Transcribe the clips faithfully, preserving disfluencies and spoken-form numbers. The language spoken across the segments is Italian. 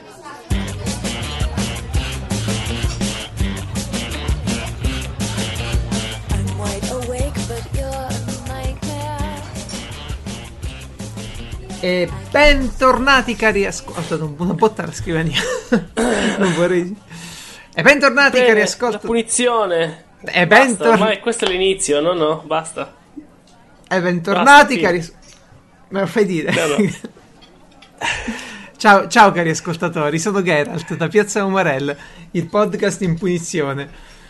E bentornati cari ascoltatori. Una botta alla scrivania. Non vorrei. E bentornati Bene, cari ascoltatori. La punizione. E bentornati. Ma questo è l'inizio, no? No, basta. E bentornati Basta, cari. Me lo fai dire? No, no. Ciao, ciao cari ascoltatori, sono Geralt da Piazza Umarell, il podcast in punizione.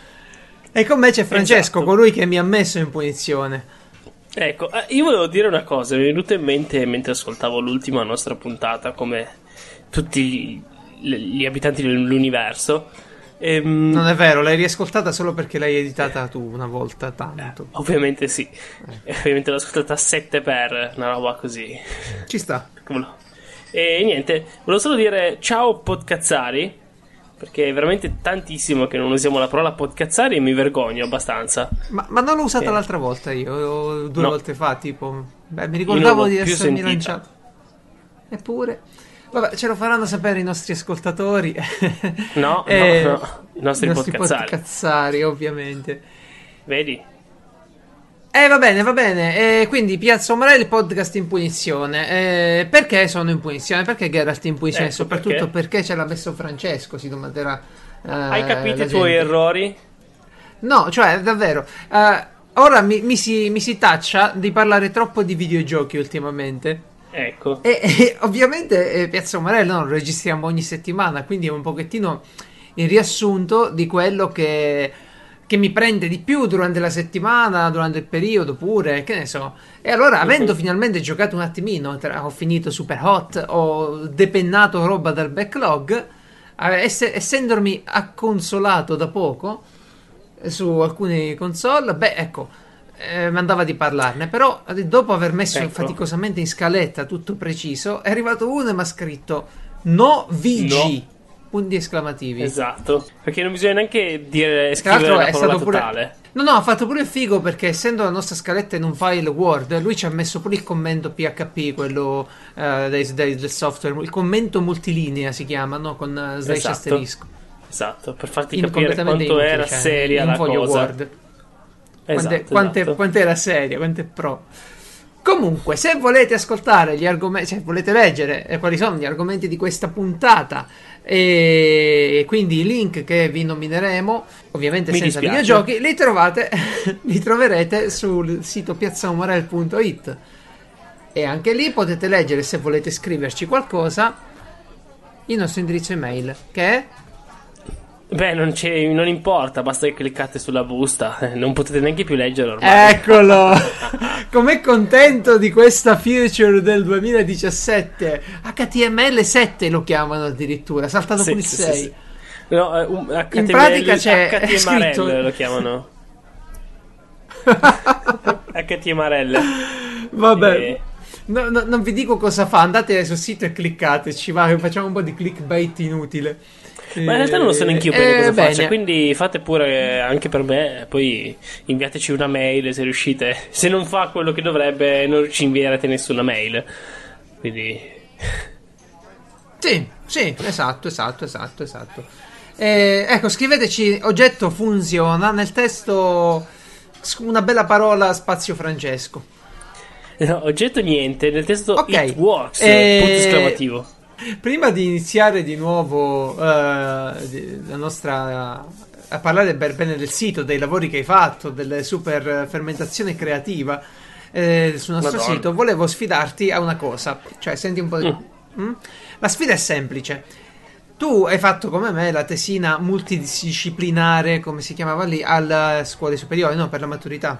E con me c'è Francesco, Esatto. colui che mi ha messo in punizione. Ecco, eh, io volevo dire una cosa, mi è venuta in mente mentre ascoltavo l'ultima nostra puntata, come tutti gli, gli abitanti dell'universo. Ehm, Non è vero, l'hai riascoltata solo perché l'hai editata tu una volta tanto. Ovviamente sì, eh. Ovviamente l'ho ascoltata a sette per una roba così. Ci sta. E niente, volevo solo dire ciao podcazzari, perché è veramente tantissimo che non usiamo la parola podcazzari e mi vergogno abbastanza. Ma, ma non l'ho usata Eh. l'altra volta io, due No. volte fa, tipo. Beh, mi Io ricordavo non l'ho di più essermi sentita. lanciato. Eppure. Vabbè, ce lo faranno sapere i nostri ascoltatori. No, Eh, no, no, i nostri podcazzari. podcazzari, ovviamente. Vedi? Eh, va bene, va bene. Eh, quindi Piazza Umarell, il podcast in punizione. Eh, perché sono in punizione? Perché Geralt è in punizione? Ecco, Soprattutto perché? perché ce l'ha messo Francesco, si domanderà. eh, Hai capito la i tuoi gente. errori? No, cioè, davvero. eh, ora mi, mi si, mi si taccia di parlare troppo di videogiochi ultimamente. Ecco. E, e ovviamente eh, Piazza Umarell no, lo registriamo ogni settimana, quindi è un pochettino il riassunto di quello che, che mi prende di più durante la settimana, durante il periodo pure, che ne so. E allora, avendo Mhm. finalmente giocato un attimino, tra- ho finito Super Hot, ho depennato roba dal backlog, eh, ess- essendomi acconsolato da poco eh, su alcune console, beh, ecco. Eh, mandava di parlarne, però eh, dopo aver messo Ecco. faticosamente in scaletta tutto preciso, è arrivato uno e mi ha scritto no V G, punti esclamativi. Esatto. Perché non bisogna neanche dire Tra l'altro scrivere la è parola stato pure totale. no no ha fatto pure il figo, perché essendo la nostra scaletta in un file Word, lui ci ha messo pure il commento P H P, quello eh, dei- dei- del software, il commento multilinea si chiama, no? Con eh, slash Esatto. asterisco. Esatto, per farti In- capire completamente quanto inutile, era cioè, seria in la foglio cosa. Word. Quante, Esatto, quante, esatto. quante era seria, quante pro. Comunque, se volete ascoltare gli argomenti, cioè volete leggere eh, quali sono gli argomenti di questa puntata, e quindi i link che vi nomineremo, ovviamente Mi senza dispiace. videogiochi, li trovate, li troverete sul sito piazzaumarell punto it. E anche lì potete leggere, se volete scriverci qualcosa, il nostro indirizzo email, che è Beh, non, c'è, non importa, basta che cliccate sulla busta. eh, Non potete neanche più leggere ormai. Eccolo! Com'è contento di questa feature del duemiladiciassette. H T M L sette lo chiamano addirittura, saltato Sì, pure il sì, sì, sei. sì. No, eh, un- H T M L, In pratica c'è H T M L scritto- lo chiamano. H T M L. Vabbè. Eh, No, no, non vi dico cosa fa, andate sul sito e cliccateci, va, facciamo un po' di clickbait inutile. Ma in realtà non lo so neanche io bene Eh, cosa bene. faccia, quindi fate pure anche per me, poi inviateci una mail se riuscite. Se non fa quello che dovrebbe, non ci invierete nessuna mail. Quindi Sì, sì, esatto, esatto, esatto, esatto. Eh, ecco, scriveteci oggetto funziona, nel testo una bella parola spazio Francesco. no, oggetto niente, nel testo Ok. it works, Eh, punto esclamativo. Prima di iniziare di nuovo eh, di- la nostra a parlare per bene del sito, dei lavori che hai fatto, delle super fermentazione creativa eh, sul nostro Madonna. sito, volevo sfidarti a una cosa. Cioè, senti un po' di... Mm? La sfida è semplice. Tu hai fatto come me la tesina multidisciplinare, come si chiamava lì, alle scuole superiori, no? Per la maturità.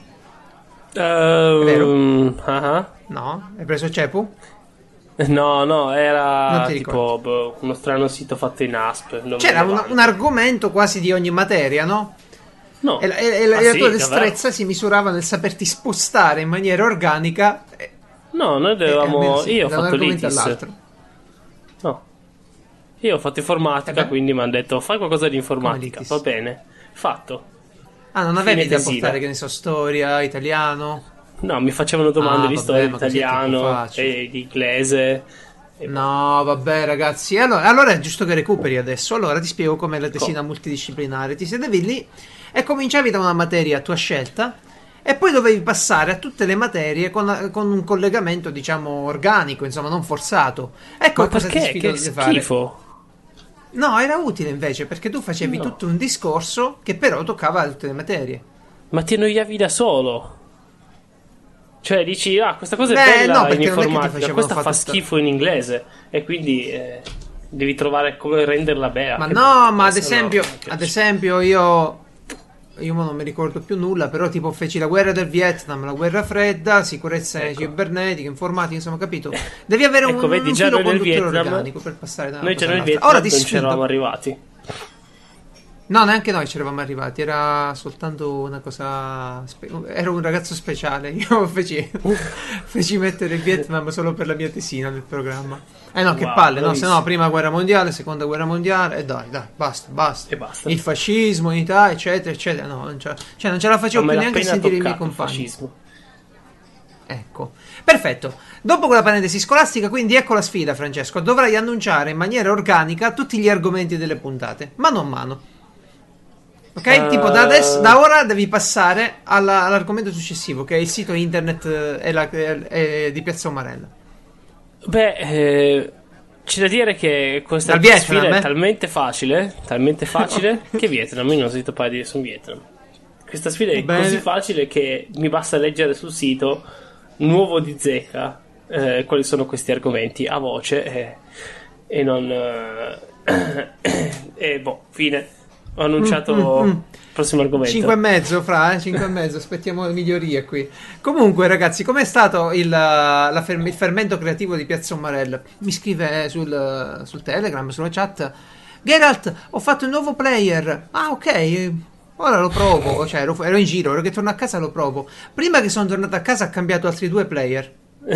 Ehm, ah ah. No? Hai preso CEPU? No, no, Non era ti tipo boh, uno strano sito fatto in A S P. non C'era mi un, ricordo. un argomento quasi di ogni materia, no? No. E la, e la- Ah, e la sì, tua davvero? destrezza si misurava nel saperti spostare in maniera organica eh, No, noi eh, dovevamo. almeno sì, io ho da un fatto argomento l'I T I S. all'altro. No. Io ho fatto informatica, Eh beh. quindi mi hanno detto fai qualcosa di Come informatica. l'I T I S? Va bene. Fatto. Ah, non avevi Fine da tesina. portare, che ne so, storia, italiano? No, mi facevano domande Ah, di vabbè, storia ma così è troppo italiano facile. e di inglese. No, vabbè, ragazzi. Allora, allora è giusto che recuperi adesso. Allora ti spiego com'è la tesina multidisciplinare. Ti sedevi lì e cominciavi da una materia a tua scelta e poi dovevi passare a tutte le materie con, con un collegamento, diciamo, organico, insomma, non forzato. Ecco Ma cosa ti perché? sfido Che di fare. schifo. No, era utile invece perché tu facevi No. tutto un discorso che però toccava tutte le materie. Ma ti annoiavi da solo. Cioè dici, ah, questa cosa Beh, è bella no, in perché non è che ti informatica, facevano questa fare fa tutta- schifo in inglese. E quindi eh, devi trovare come renderla bella. Ma Che no, brutta ma ad cosa, esempio, no, non mi piace. ad esempio io io mo non mi ricordo più nulla, però tipo feci la guerra del Vietnam, la guerra fredda, sicurezza Ecco. cibernetica, informatica, insomma, capito? Devi avere un, Ecco, vedi, un già filo noi nel conduttore Vietnam- organico per passare da una Noi cosa già nel all'altra. Vietnam Ora ti non c'eravamo sfido. arrivati. No, neanche noi ci eravamo arrivati, era soltanto una cosa. spe- Ero un ragazzo speciale. Io feci, feci mettere il Vietnam solo per la mia tesina nel programma. Eh no, che Wow, palle, no? Se bravissimo. no, prima guerra mondiale, seconda guerra mondiale, e dai, dai, basta, basta. E basta. Il fascismo in Italia, eccetera, eccetera. No, non ce, cioè, non ce la facevo Non me più l'ha neanche a appena sentire i miei toccato il compagni. fascismo. Ecco, perfetto. Dopo quella parentesi scolastica, quindi ecco la sfida, Francesco. Dovrai annunciare in maniera organica tutti gli argomenti delle puntate, mano a mano. Ok? Eh. Tipo da adesso, da ora devi passare alla- all'argomento successivo, che è il sito internet eh, e la- e- e di Piazza Umarella. Beh, eh, c'è da dire che questa Dal Vietnam, sfida eh? è talmente facile, talmente facile, che Vietnam, io non ho sentito parlare di nessun Vietnam. Questa sfida è Bene. così facile che mi basta leggere sul sito nuovo di zecca eh, quali sono questi argomenti a voce e, e non... eh, e boh, fine. Ho annunciato Mm, mm, mm. il prossimo argomento. cinque e mezzo, fra, eh? cinque e mezzo, aspettiamo le migliorie qui. Comunque, ragazzi, com'è stato il, la fer- il fermento creativo di Piazza Umarella? Mi scrive sul, sul Telegram, sulla chat. Geralt, ho fatto un nuovo player. Ah, ok. eh, Ora lo provo. Cioè, ero, ero in giro, ora che torno a casa lo provo. Prima che sono tornato a casa ha cambiato altri due player.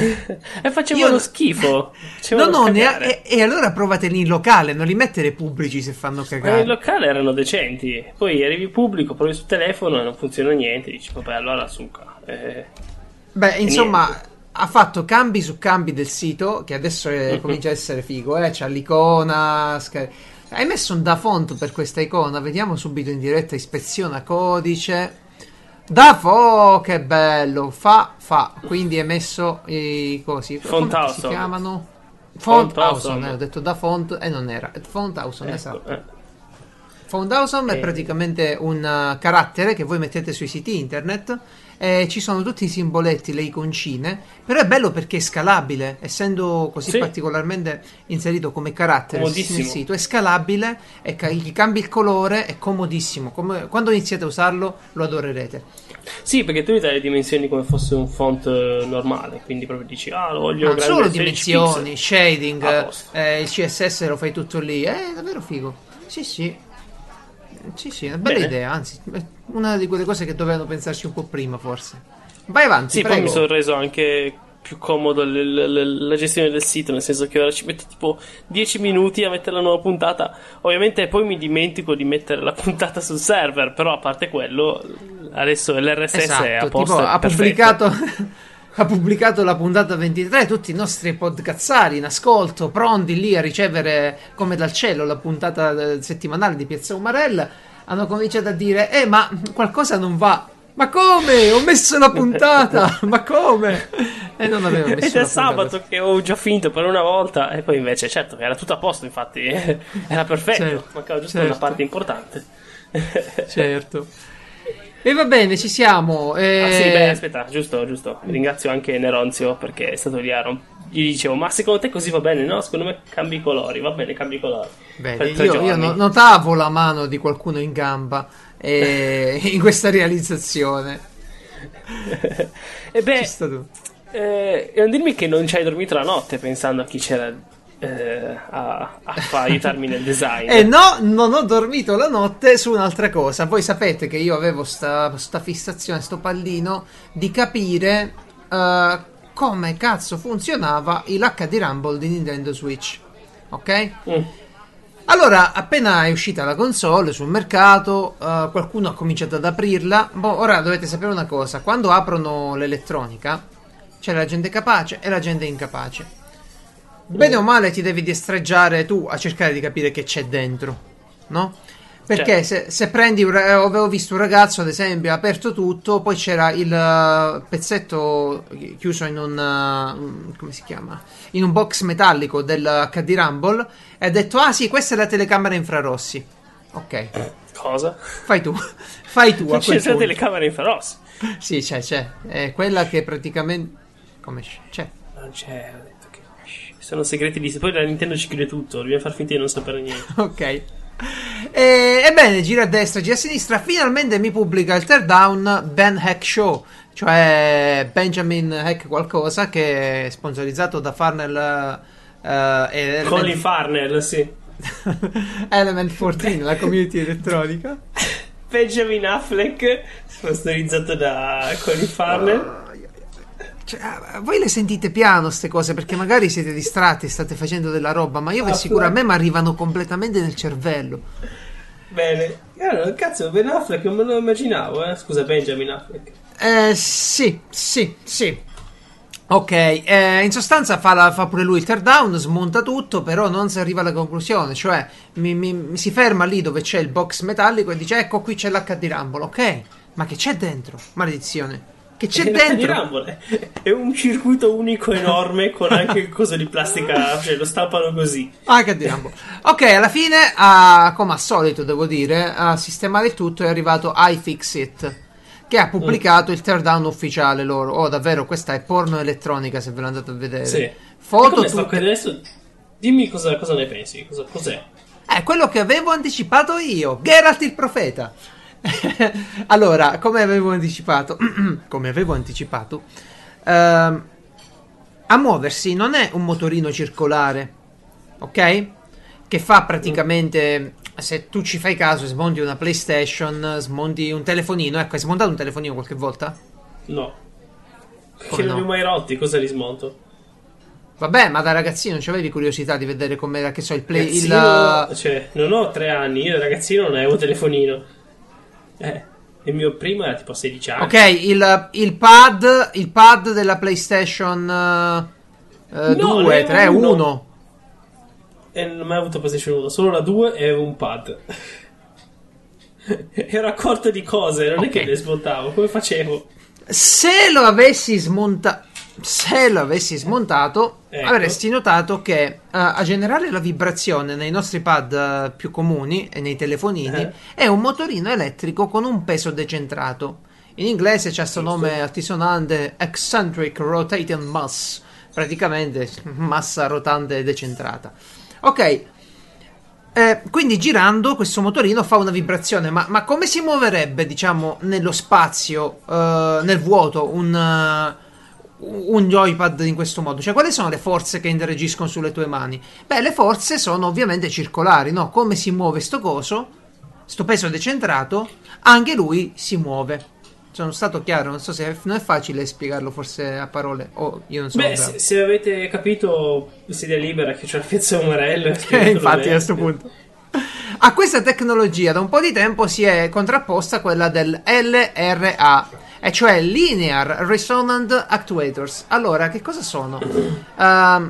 E facevano Io- schifo. No, Facevano no, ne ha- cagare. e, e allora provateli in locale, non li mettere pubblici se fanno Ma cagare. il locale erano decenti. Poi arrivi pubblico, provi sul telefono e non funziona niente. Dici, vabbè, allora suca. Eh, Beh, insomma, niente. ha fatto cambi su cambi del sito, che adesso è- Mhm. comincia a essere figo, eh? C'ha l'icona. sca- Hai messo un da font per questa icona? Vediamo subito in diretta, ispeziona codice. Da fo, che bello, fa, fa. Quindi hai messo i cosi. Font come si awesome. chiamano? Font Font Awesome, awesome. eh, ho detto da font e non era. Font Awesome, ecco, esatto. eh. Font Awesome è Eh. praticamente un uh, carattere che voi mettete sui siti internet e ci sono tutti i simboletti, le iconcine, però è bello perché è scalabile, essendo così Sì. particolarmente inserito come carattere Comodissimo. nel sito, è scalabile e ca- gli cambi il colore, è comodissimo. Come- quando iniziate a usarlo lo adorerete. Sì, perché tu gli dai le dimensioni come fosse un font eh, normale. Quindi proprio dici, ah, lo voglio Ma grande solo sedici dimensioni, pixel. shading, A posto. eh, il C S S lo fai tutto lì, è davvero figo. Sì, sì. Sì, sì, è una bella Bene. idea, anzi, è una di quelle cose che dovevano pensarci un po' prima, forse. Vai avanti, Sì, poi prego. mi sono reso anche più comodo l- l- l- la gestione del sito, nel senso che ora ci metto tipo dieci minuti a mettere la nuova puntata. Ovviamente poi mi dimentico di mettere la puntata sul server, però a parte quello, adesso l'R S S è a Esatto, posto. tipo, è ha perfetto. pubblicato ha pubblicato la puntata ventitré, tutti i nostri podcazzari in ascolto, pronti lì a ricevere come dal cielo la puntata eh, settimanale di Piazza Umarella, hanno cominciato a dire "Eh, ma qualcosa non va". Ma come? Ho messo la puntata! Ma come? E non avevo messo Ed la è puntata. sabato che ho già finito per una volta e poi invece certo era tutto a posto, infatti era perfetto, Certo, mancava giusto certo. una parte importante. Certo. E va bene, ci siamo. eh, Ah sì, beh, aspetta, giusto, giusto. Ringrazio anche Neronzio perché è stato lì a rom- Gli dicevo, ma secondo te così va bene? No, secondo me cambi i colori, va bene, cambi i colori. Vedi, Per tre io, io giorni. no- notavo la mano di qualcuno in gamba eh, in questa realizzazione. E beh, Ci sta tu. eh, e non dirmi che non ci hai dormito la notte pensando a chi c'era eh, a, a fa- aiutarmi nel design. E no, non ho dormito la notte su un'altra cosa. Voi sapete che io avevo sta, sta fissazione, sto pallino di capire eh, come cazzo funzionava il H D Rumble di Nintendo Switch. Ok? Mm. Allora, appena è uscita la console sul mercato, eh, qualcuno ha cominciato ad aprirla. Boh, ora dovete sapere una cosa: quando aprono l'elettronica, c'è la gente capace e la gente incapace. bene o male ti devi destreggiare tu a cercare di capire che c'è dentro, no? Perché se, se prendi un, avevo visto un ragazzo ad esempio ha aperto tutto, poi c'era il uh, pezzetto chiuso in un uh, come si chiama, in un box metallico del H D Rumble e ha detto ah sì, questa è la telecamera infrarossi. Ok, cosa? Fai tu fai tu a c'è quel la telecamera infrarossi? Sì, c'è, c'è, è quella che praticamente come c'è, non c'è, ho detto che sono segreti di poi la Nintendo ci chiude tutto, dobbiamo far finta di non sapere niente. Ok. E, ebbene, gira a destra, gira a sinistra. Finalmente mi pubblica il teardown Ben Heck Show, cioè Benjamin Heck qualcosa, che è sponsorizzato da Farnell uh, e Colin Farnell, sì. Element quattordici, la community elettronica. Benjamin Affleck sponsorizzato da Colin Farnell. Cioè, voi le sentite piano ste cose perché magari siete distratti, state facendo della roba, ma io vi assicuro, a me mi arrivano completamente nel cervello. Bene, allora, cazzo, Ben Affleck non me lo immaginavo, eh. Scusa, Benjamin Affleck. Eh, sì, sì, sì. Ok, eh, in sostanza fa, la, fa pure lui il teardown, smonta tutto, però non si arriva alla conclusione, cioè mi, mi, mi si ferma lì dove c'è il box metallico e dice ecco qui c'è l'H D Rumble, ok, ma che c'è dentro? Maledizione. Che c'è dentro? È un circuito unico enorme con anche il coso di plastica, cioè lo stampano così. Ah, che dirambo. Ok, alla fine, uh, come al solito devo dire, a sistemare il tutto è arrivato iFixit, che ha pubblicato mm. il teardown ufficiale loro. Oh, davvero, questa è porno elettronica, se ve lo andate a vedere. Sì. Foto tu... adesso dimmi cosa, cosa ne pensi, cosa, cos'è? È quello che avevo anticipato io, Geralt il profeta. Allora, come avevo anticipato, come avevo anticipato, ehm, a muoversi non è un motorino circolare, ok? Che fa praticamente, se tu ci fai caso, smonti una PlayStation, smonti un telefonino. Ecco, hai smontato un telefonino qualche volta? No. Perché non li ho mai rotti, cosa li smonto? Vabbè, ma da ragazzino non avevi curiosità di vedere com'era, che so, il play... Ragazzino, il... Cioè, non ho tre anni, io da ragazzino non avevo telefonino. Eh, il mio primo era tipo sedici anni. Ok, il, il pad il pad della PlayStation uh, uh, no, due, tre, uno. E non ho mai avuto PlayStation uno, solo la due e un pad. Ero accorto di cose, non okay. È che le smontavo, come facevo? Se lo avessi smontato Se lo avessi smontato, ecco. Avresti notato che uh, a generare la vibrazione nei nostri pad uh, più comuni e nei telefonini eh. è un motorino elettrico con un peso decentrato. In inglese c'è questo nome altisonante, Eccentric Rotating Mass, praticamente massa rotante decentrata. Ok, eh, quindi girando questo motorino fa una vibrazione, ma, ma come si muoverebbe, diciamo, nello spazio, uh, nel vuoto, un... Uh, un joypad in questo modo? Cioè, quali sono le forze che interagiscono sulle tue mani? Beh, le forze sono ovviamente circolari, no? Come si muove sto coso, sto peso decentrato, anche lui si muove. Sono stato chiaro? Non so se è, non è facile spiegarlo forse a parole, o oh, io non so. Beh, se, se avete capito, sedia libera che c'è la Piazza Umarello. Infatti, a questo punto. A questa tecnologia da un po' di tempo si è contrapposta quella del L R A, e cioè Linear Resonant Actuators. Allora, che cosa sono? Uh,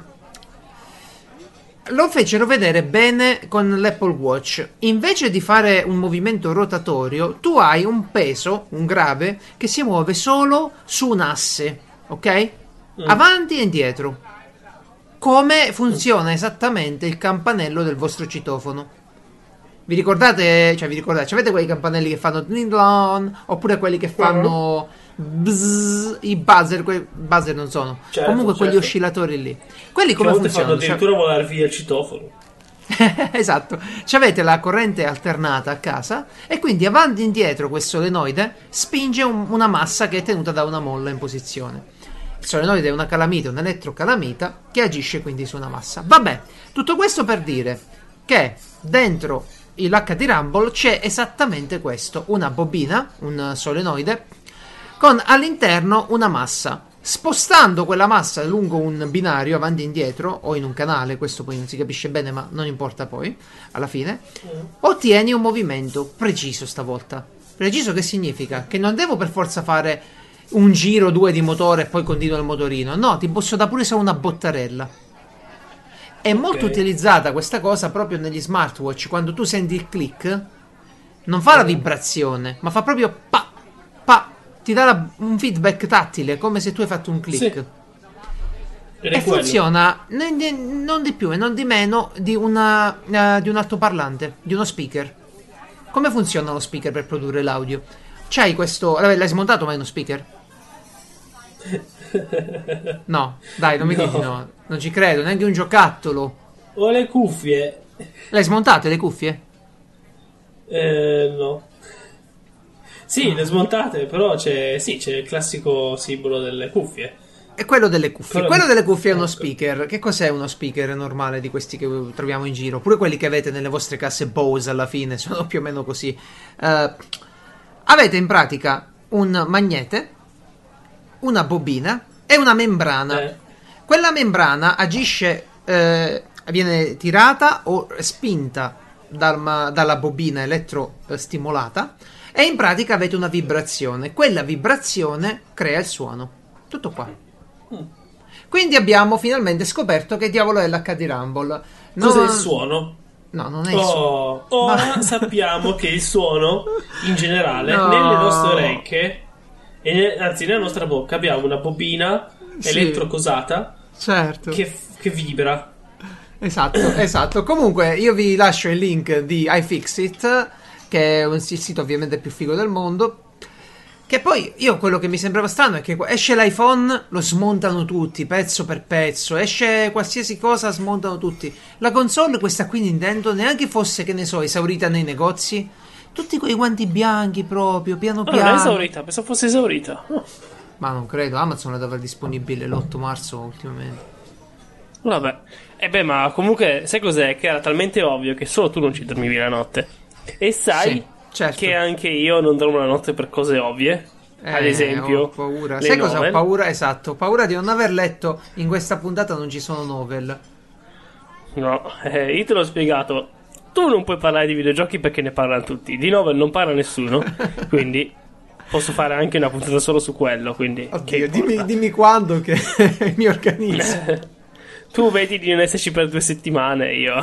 lo fecero vedere bene con l'Apple Watch. Invece di fare un movimento rotatorio, tu hai un peso, un grave, che si muove solo su un asse, ok? Mm. Avanti e indietro. Come funziona esattamente il campanello del vostro citofono? Vi ricordate? Cioè, vi ricordate? Cioè, avete quei campanelli che fanno ding-dong, oppure quelli che fanno bzz, i buzzer? Quei buzzer non sono. Certo, comunque certo. Quegli oscillatori lì. Quelli come funzionano? Fanno addirittura cioè... volare via il citofono. Esatto. Cioè, avete la corrente alternata a casa e quindi avanti e indietro questo solenoide spinge un, una massa che è tenuta da una molla in posizione. Il solenoide è una calamita, un elettrocalamita che agisce quindi su una massa. Vabbè, tutto questo per dire che dentro il H D Rumble c'è esattamente questo, una bobina, un solenoide con all'interno una massa. Spostando quella massa lungo un binario avanti e indietro o in un canale, questo poi non si capisce bene ma non importa poi alla fine, ottieni un movimento preciso stavolta. Preciso che significa? Che non devo per forza fare un giro, due di motore e poi continuo il motorino. No, ti posso dare pure solo una bottarella. È molto Ok. utilizzata questa cosa proprio negli smartwatch. Quando tu senti il click, non fa la vibrazione, ma fa proprio pa, pa. Ti dà la- un feedback tattile, come se tu hai fatto un click. Sì. Ed E è quello. funziona né- né- non di più e non di meno di, una, eh, di un altoparlante, di uno speaker. Come funziona lo speaker per produrre l'audio? C'hai questo. Vabbè, l'hai smontato mai uno speaker? No, dai, non mi No. dici no. Non ci credo, neanche un giocattolo. Ho le cuffie. L'hai smontate le cuffie? Eh, no. Sì, le smontate, però c'è, sì, c'è il classico simbolo delle cuffie. È quello delle cuffie. Però- Quello delle cuffie è uno ecco. speaker. Che cos'è uno speaker normale di questi che troviamo in giro? Pure quelli che avete nelle vostre casse Bose alla fine sono più o meno così. Eh, avete in pratica un magnete, una bobina e una membrana. Eh, Quella membrana agisce, eh, viene tirata o spinta dal ma- dalla bobina elettrostimolata e in pratica avete una vibrazione. Quella vibrazione crea il suono. Tutto qua. Quindi abbiamo finalmente scoperto che diavolo è l'H D Rumble. Non- Cos'è il suono? No, non è il suono. Oh, ora No. sappiamo che il suono, in generale, No. nelle nostre orecchie, e ne- anzi nella nostra bocca, abbiamo una bobina Sì. elettrocosata Certo. che, che vibra. Esatto, esatto. Comunque io vi lascio il link di iFixit, che è un- il sito ovviamente più figo del mondo. Che poi io quello che mi sembrava strano è che esce l'iPhone, lo smontano tutti, pezzo per pezzo. Esce qualsiasi cosa, smontano tutti. La console, questa qui Nintendo, neanche fosse, che ne so, esaurita nei negozi. Tutti quei guanti bianchi proprio, piano No, non è piano. esaurita, pensavo fosse esaurita. Oh, Ma non credo, Amazon la dava disponibile l'otto marzo ultimamente. vabbè. E beh, ma comunque, sai cos'è? Che era talmente ovvio che solo tu non ci dormivi la notte. E sai Sì, certo. che anche io non dormo la notte per cose ovvie. Ad Eh, esempio, ho paura. le Sai cosa ho novel. paura? Esatto, ho paura di non aver letto in questa puntata non ci sono novel. No, eh, io te l'ho spiegato. Tu non puoi parlare di videogiochi perché ne parlano tutti. Di novel non parla nessuno. Quindi posso fare anche una puntata solo su quello. Quindi, che Oddio, importa? dimmi, dimmi quando che mi organizzo. Tu vedi di non esserci per due settimane. Io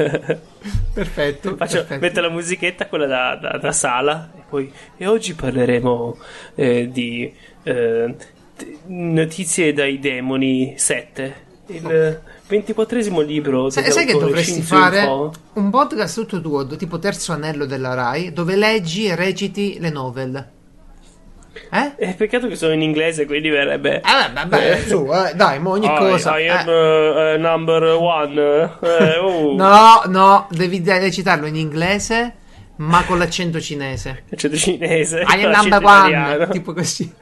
Perfetto, faccio, perfetto. metto la musichetta, quella da, da- da sala. E poi, e oggi parleremo eh, di eh, t- Notizie dai demoni sette. Il ventiquattresimo libro Sai, sai che dell'autore dovresti Shin fare? Tzu-ko. Un podcast tutto tuo, tipo Terzo Anello della Rai, dove leggi e reciti le novel. Eh? È peccato che sono in inglese, quindi verrebbe. Ah, vabbè, su, eh, dai, mo ogni I- cosa. I am eh. uh, uh, number one. Eh, oh. No, no, devi de- recitarlo in inglese, ma con l'accento cinese. Accento cinese. I am accento number one, italiano. tipo così.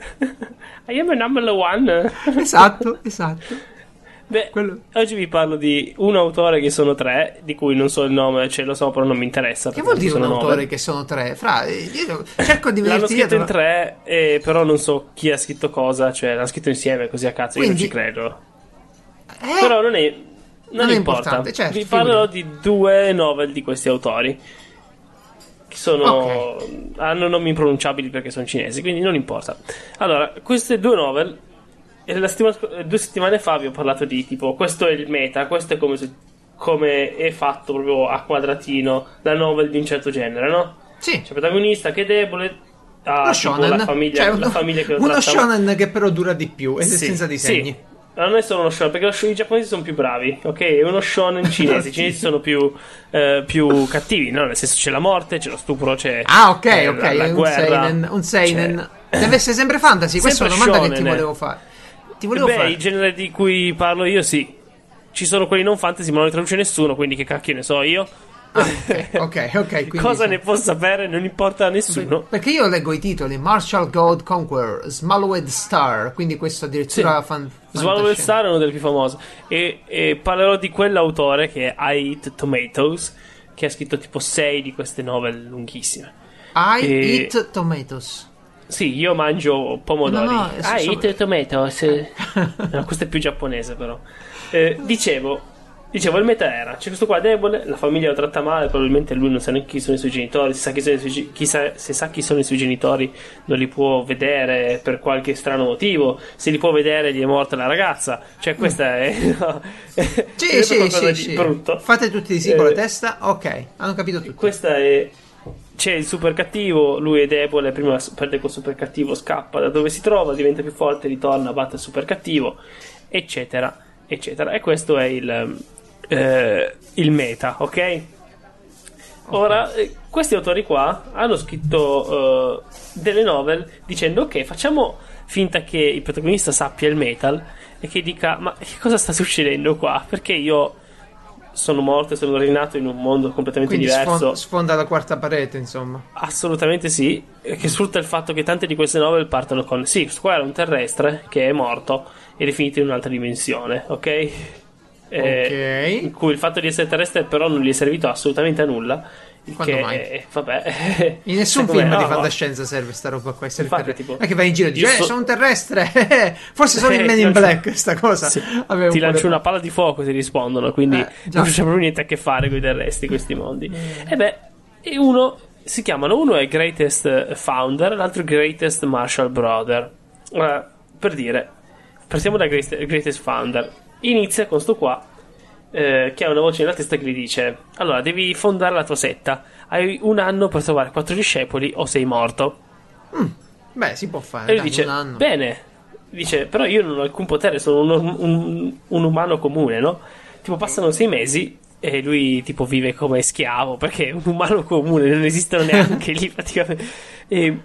I am number one. Esatto, esatto. Beh, Quello- oggi vi parlo di un autore che sono tre, di cui non so il nome, ce lo so, però non mi interessa. Che perché vuol dire un sono autore nove. che sono tre? Fra, eh, io cerco di L'hanno venirti scritto dietro. in tre, eh, però non so chi ha scritto cosa, cioè l'hanno scritto insieme così a cazzo, io non Quindi- ci credo. Eh? Però non è, non Non è importa. importante, certo, Vi figurati. parlerò di due novel di questi autori. Che sono. Ok. Hanno nomi impronunciabili perché sono cinesi, quindi non importa. Allora, queste due novel. e la settimana sc- due settimane fa vi ho parlato di tipo, questo è il meta, questo è come, se- come è fatto proprio a quadratino la novel di un certo genere, no? Sì, C'è il protagonista che è debole. Ha uno tipo shonen. la famiglia, Cioè, la uno, famiglia che lo uno tratta shonen che però dura di più e sì, senza disegni. sì. Ma non è solo uno shonen, perché lo sh- i giapponesi sono più bravi, ok? È uno shonen cinese. I cinesi sono più, eh, più cattivi, no? Nel senso c'è la morte, c'è lo stupro, c'è. Ah, ok, eh, ok, la, la un guerra. seinen, un seinen. Cioè- Deve essere sempre fantasy, questa è una Sempre domanda che ti shonen, eh. volevo fare. Ti volevo Beh, fare. il genere di cui parlo io, sì. Ci sono quelli non fantasy, ma non li traduce nessuno, quindi che cacchio ne so io. Ah, ok, ok, ok, quindi Cosa sì. ne può sapere? Non importa a nessuno. Perché io leggo i titoli Martial God Conqueror, Smallwood Star, quindi questo addirittura Sì. fan, Swallow fantascienza. Star è uno delle più famose. E, e parlerò di quell'autore che è I Eat Tomatoes, che ha scritto tipo sei di queste novel lunghissime. I E- eat tomatoes. Sì, io mangio pomodori. No, no, ah, so- eat tomatoes. No, questo è più giapponese però. Eh, dicevo, Dicevo, il meta era, c'è questo qua debole, la famiglia lo tratta male, probabilmente lui non sa neanche chi sono i suoi genitori, se sa chi sono i suoi, chi sa, se sa chi sono i suoi genitori non li può vedere per qualche strano motivo, se li può vedere gli è morta la ragazza, cioè questa è... No, sì, sì, sì, di sì. brutto. Fate tutti di sì con Eh, la testa, ok, hanno capito tutto. Questa è... C'è il super cattivo, lui è debole, prima perde col super cattivo, scappa da dove si trova, diventa più forte, ritorna, batte il super cattivo, eccetera, eccetera. E questo è il... Eh, il meta, ok? okay. Ora, eh, questi autori qua hanno scritto eh, delle novel dicendo ok, facciamo finta che il protagonista sappia il metal e che dica ma che cosa sta succedendo qua? Perché io sono morto e sono rinato in un mondo completamente Quindi diverso. Sfonda, sfonda la quarta parete, insomma. Assolutamente sì, che sfrutta il fatto che tante di queste novel partono con sì, qua era un terrestre che è morto ed è finito in un'altra dimensione, ok? Eh, Ok. in cui il fatto di essere terrestre però non gli è servito assolutamente a nulla, il Quando che mai? eh, vabbè, In nessun sai com'è? film di No, no. fantascienza serve sta roba qua. Essere Infatti, terrestre. tipo, Non è che vai in giro e dici, io eh, so- sono un terrestre. Forse sono Eh, in Men ti in lancio- Black, sta cosa. Sì. Aveva un Ti po' lancio le- una palla di fuoco ti rispondono, quindi Eh, già. non c'è proprio niente a che fare con i terrestri questi mondi. E beh, e uno si chiamano, uno è Greatest Founder, l'altro è Greatest Marshall Brother. Ora, per dire, partiamo da Greatest, Greatest Founder. Inizia con sto qua eh, che ha una voce nella testa che gli dice: allora, devi fondare la tua setta, hai un anno per trovare quattro discepoli o sei morto. Beh, si può fare. E lui dai, dice: un anno. bene. Dice: però io non ho alcun potere, sono un, un- un umano comune, no? Tipo, passano sei mesi e lui tipo vive come schiavo perché è un umano comune, non esistono neanche lì praticamente. E,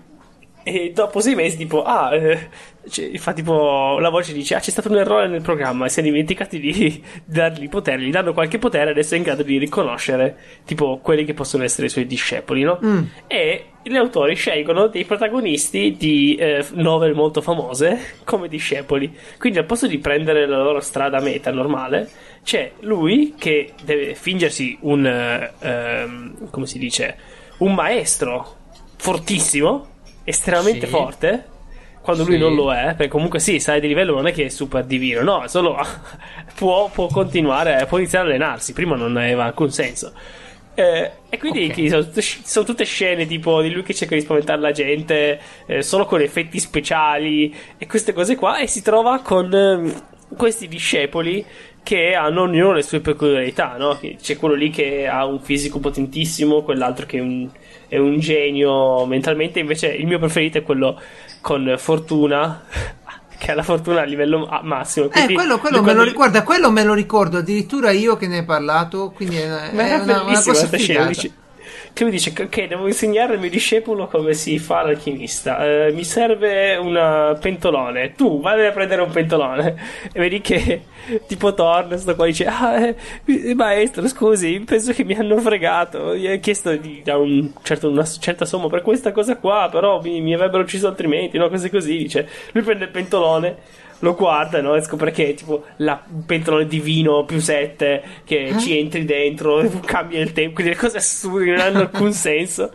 e dopo sei mesi, tipo, ah, eh, cioè, fa tipo la voce dice: ah, c'è stato un errore nel programma e si è dimenticati di dargli potere, gli danno qualche potere, adesso è in grado di riconoscere tipo quelli che possono essere i suoi discepoli, no? Mm. E gli autori scelgono dei protagonisti di eh, novel molto famose come discepoli. Quindi al posto di prendere la loro strada meta normale, c'è lui che deve fingersi un eh, ehm, come si dice, un maestro fortissimo, estremamente Sì. forte, quando lui Sì. non lo è, perché comunque sì, sale di livello, non è che è super divino, no, è solo può, può continuare, può iniziare a allenarsi, prima non aveva alcun senso. Eh, e quindi Ok. che sono, tutte, sc- sono tutte scene tipo di lui che cerca di spaventare la gente eh, solo con effetti speciali e queste cose qua, e si trova con ehm, questi discepoli che hanno ognuno le sue peculiarità, no? C'è quello lì che ha un fisico potentissimo, quell'altro che è un, è un genio mentalmente, invece il mio preferito è quello con fortuna che ha la fortuna a livello ma- massimo. Eh, Quindi quello, quello lui me lo quando- ricorda, quello me lo ricordo addirittura io che ne hai parlato, quindi è, Ma è era una, una bellissima cosa questa scena. figata. Dice, che lui dice: ok, devo insegnare al mio discepolo come si fa l'alchimista. Eh, mi serve un pentolone. Tu vai a prendere un pentolone. E vedi che tipo torna sto qua e dice: ah, eh, maestro, scusi, penso che mi hanno fregato. Gli ho chiesto di dare un certo, una certa somma per questa cosa qua, però mi, mi avrebbero ucciso altrimenti, no? Cose così. Dice, lui prende il pentolone, lo guarda, no? E scopre che è tipo la, un pentolone di vino più sette, che Eh? ci entri dentro, cambia il tempo, quindi le cose assurde che non hanno alcun senso.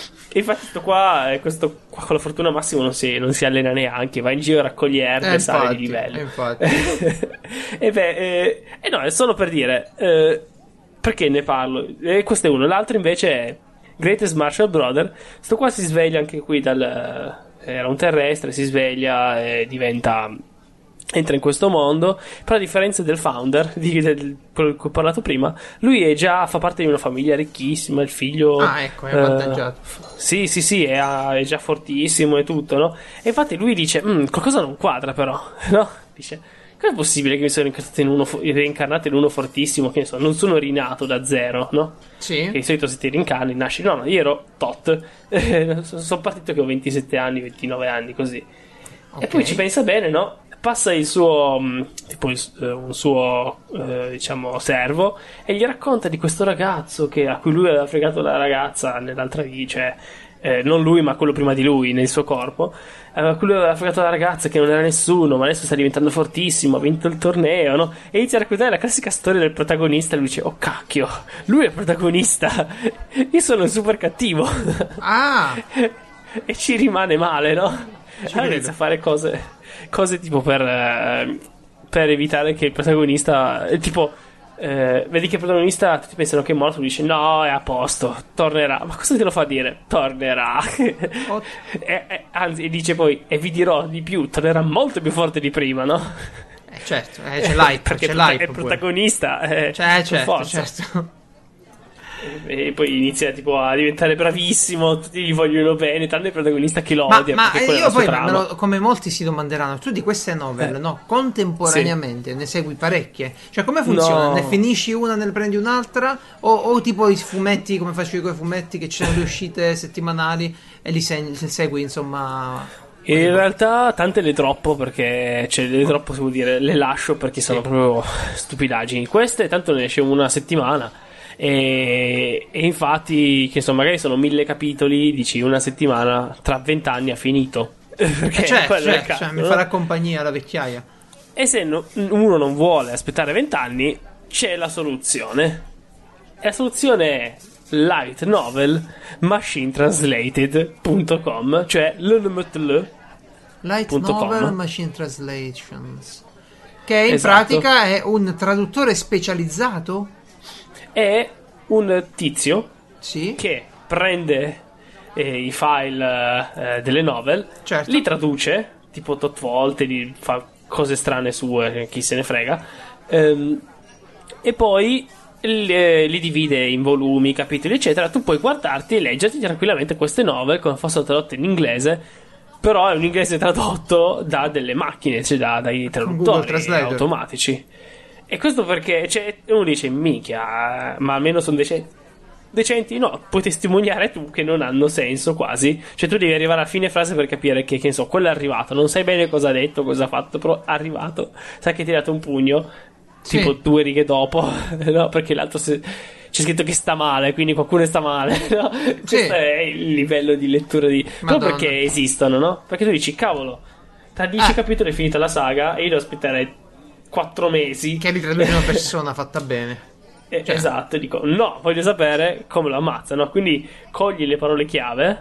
E infatti sto qua, eh, questo qua con la fortuna massimo non si, non si allena neanche, va in giro a raccoglie erbe Eh, e sale di infatti, livello. eh, infatti. E beh, eh, eh no, è solo per dire, eh, perché ne parlo? Eh, questo è uno, l'altro invece è Greatest Marshall Brother. Sto qua si sveglia anche qui dal... era un terrestre, si sveglia e diventa... entra in questo mondo, però a differenza del founder di, del, quello di cui ho parlato prima, lui è già, fa parte di una famiglia ricchissima, il figlio Ah, ecco, è eh, avvantaggiato. sì sì sì è, è già fortissimo e tutto, no? E infatti lui dice: "Mm, qualcosa non quadra però", no? Dice: com'è possibile che mi sono reincarnato in uno, fo- reincarnato in uno fortissimo, che ne so, non sono rinato da zero, no? Sì. Che di solito se ti rincarni nasci, no no, io ero tot, sono partito che ho ventisette anni, ventinove anni, così. Ok. E poi ci pensa bene, no? Passa il suo mh, tipo il- eh, un suo eh, diciamo servo e gli racconta di questo ragazzo che, a cui lui aveva fregato la ragazza nell'altra vita, cioè eh, non lui ma quello prima di lui nel suo corpo, eh, a cui lui aveva fregato la ragazza che non era nessuno, ma adesso sta diventando fortissimo, ha vinto il torneo, no? E inizia a raccontare la classica storia del protagonista e lui dice: oh cacchio, lui è il protagonista, io sono il super cattivo. Ah, E ci rimane male, no? Allora credo. inizia a fare cose, cose tipo per, eh, per evitare che il protagonista, eh, tipo, eh, vedi che il protagonista, tutti pensano che è morto, lui dice no, è a posto, tornerà. Ma cosa te lo fa dire? Tornerà. Oh. e, e, anzi, dice poi, e vi dirò di più, tornerà molto più forte di prima, no? Eh, certo, eh, c'è l'hype, perché c'è prota- l'hype è protagonista, eh, cioè, per certo, forza. certo. E poi inizia tipo a diventare bravissimo, tutti gli vogliono bene, tranne il protagonista che lo Ma, odia. ma perché quella è io la sua poi, trama. me lo- come molti si domanderanno, tu di queste novel, Eh. no, contemporaneamente ne segui parecchie? Cioè, come funziona? No. Ne finisci una, ne prendi un'altra? O, o tipo i fumetti, come faccio io con i fumetti, che ci sono le uscite settimanali e li, segui, li segui, insomma... In realtà tante le droppo perché, cioè le droppo si vuol dire, le lascio perché sono proprio stupidaggini. Queste tanto ne esce una settimana e, e infatti che insomma magari sono mille capitoli, dici una settimana, tra vent'anni ha finito. Perché Eh, certo, quello è il certo, caso, cioè, mi no? farà compagnia la vecchiaia. E se no- uno non vuole aspettare vent'anni, c'è la soluzione. E la soluzione è light novel machine translated punto com, cioè l n m t l Light punto com. Novel Machine Translations, che in Esatto. pratica è un traduttore specializzato? È un tizio Sì, che prende eh, i file eh, delle novel, certo. li traduce tipo tot volte, li fa cose strane sue, chi se ne frega, ehm, e poi li, eh, li divide in volumi, capitoli, eccetera. Tu puoi guardarti e leggerti tranquillamente queste novel come fossero tradotte in inglese. Però è un inglese tradotto da delle macchine, cioè da, dai Google traduttori Translator. automatici. E questo perché cioè, uno dice minchia, ma almeno sono decenti. Decenti no, puoi testimoniare tu che non hanno senso quasi. Cioè tu devi arrivare a fine frase per capire che, che ne so, quello è arrivato. Non sai bene cosa ha detto, cosa ha fatto, però è arrivato. Sai che ti ha dato un pugno, Sì. tipo due righe dopo, no? Perché l'altro se... c'è scritto che sta male, quindi qualcuno sta male, no? Questo è il livello di lettura di... Madonna. Proprio perché esistono, no? Perché tu dici, cavolo, tra dieci Ah. capitoli è finita la saga e io devo aspettare quattro mesi. Che li traduce una persona fatta bene. Eh, cioè. Esatto, dico, no, voglio sapere come lo ammazzano. Quindi cogli le parole chiave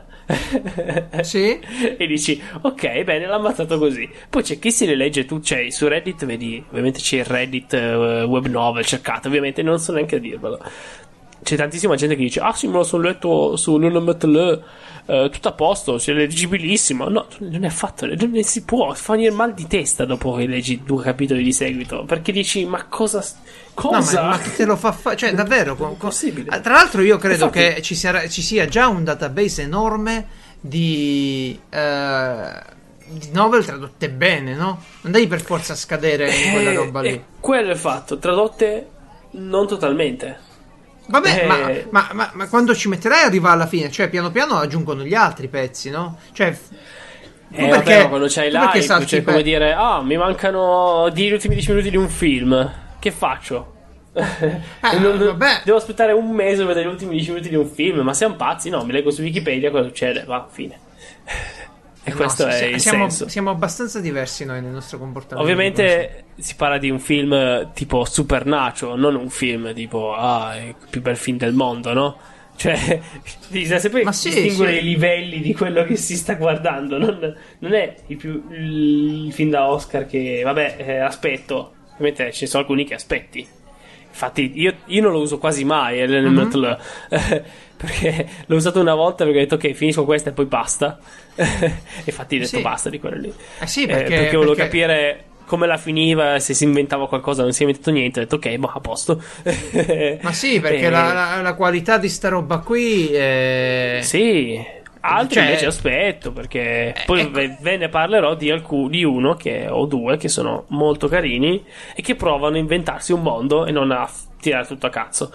Sì. e dici, ok, bene, l'ha ammazzato così. Poi c'è chi se le legge, tu c'è su Reddit, vedi, ovviamente c'è il Reddit eh, web novel, cercate, ovviamente non so neanche a dirvelo. C'è tantissima gente che dice, ah sì, me lo sono letto su L N M T L, eh, tutto a posto, è leggibilissimo. No, non è affatto, non si può, fa venire mal di testa dopo che leggi due capitoli di seguito, perché dici, ma cosa... No, cosa? ma, ma che te lo fa fare? Cioè, davvero? con- con- Impossibile. Tra l'altro, io credo Infatti- che ci, sarà- ci sia già un database enorme di, eh, di novel tradotte bene, no? Non devi per forza scadere in quella Eh, roba lì. eh, quello è il fatto, tradotte non totalmente. Vabbè, eh. ma, ma- ma- ma quando ci metterai arriva alla fine, cioè piano piano aggiungono gli altri pezzi, no? Cioè, f- tu Eh, perché, vabbè, ma quando c'hai tu perché l'hype, salti cioè per- come dire, ah, mi mancano gli ultimi dieci minuti di un film, che faccio? Eh, Non- vabbè. Devo aspettare un mese per vedere gli ultimi dieci minuti di un film, ma siamo pazzi? No, mi leggo su Wikipedia cosa succede, va, fine. E No, questo sì, è sì, il siamo, senso. siamo abbastanza diversi noi nel nostro comportamento. Ovviamente si parla di un film eh, tipo Supernacio, non un film tipo ah, è il più bel film del mondo, no? Cioè, bisogna sempre Ma sì, distinguere sì. i livelli di quello che si sta guardando. Non, non è il, più, il film da Oscar che, vabbè, eh, aspetto. Ovviamente ce ne sono alcuni che aspetti. Infatti, io, io non lo uso quasi mai. eh, nel Mhm. Metal, eh, perché l'ho usato una volta perché ho detto ok, finisco questa e poi basta. E infatti ho detto Sì. basta di quello lì. Eh sì, Eh, perché, perché volevo perché- capire come la finiva, se si inventava qualcosa, non si è inventato niente. Ho detto ok, boh, a posto. Ma sì, perché Eh, la, la- la qualità di sta roba qui è... Sì, altri Cioè- invece aspetto perché Eh, poi ecco. ve, ve ne parlerò di, alcuni, di uno che, o due che sono molto carini e che provano a inventarsi un mondo e non a f- tirare tutto a cazzo.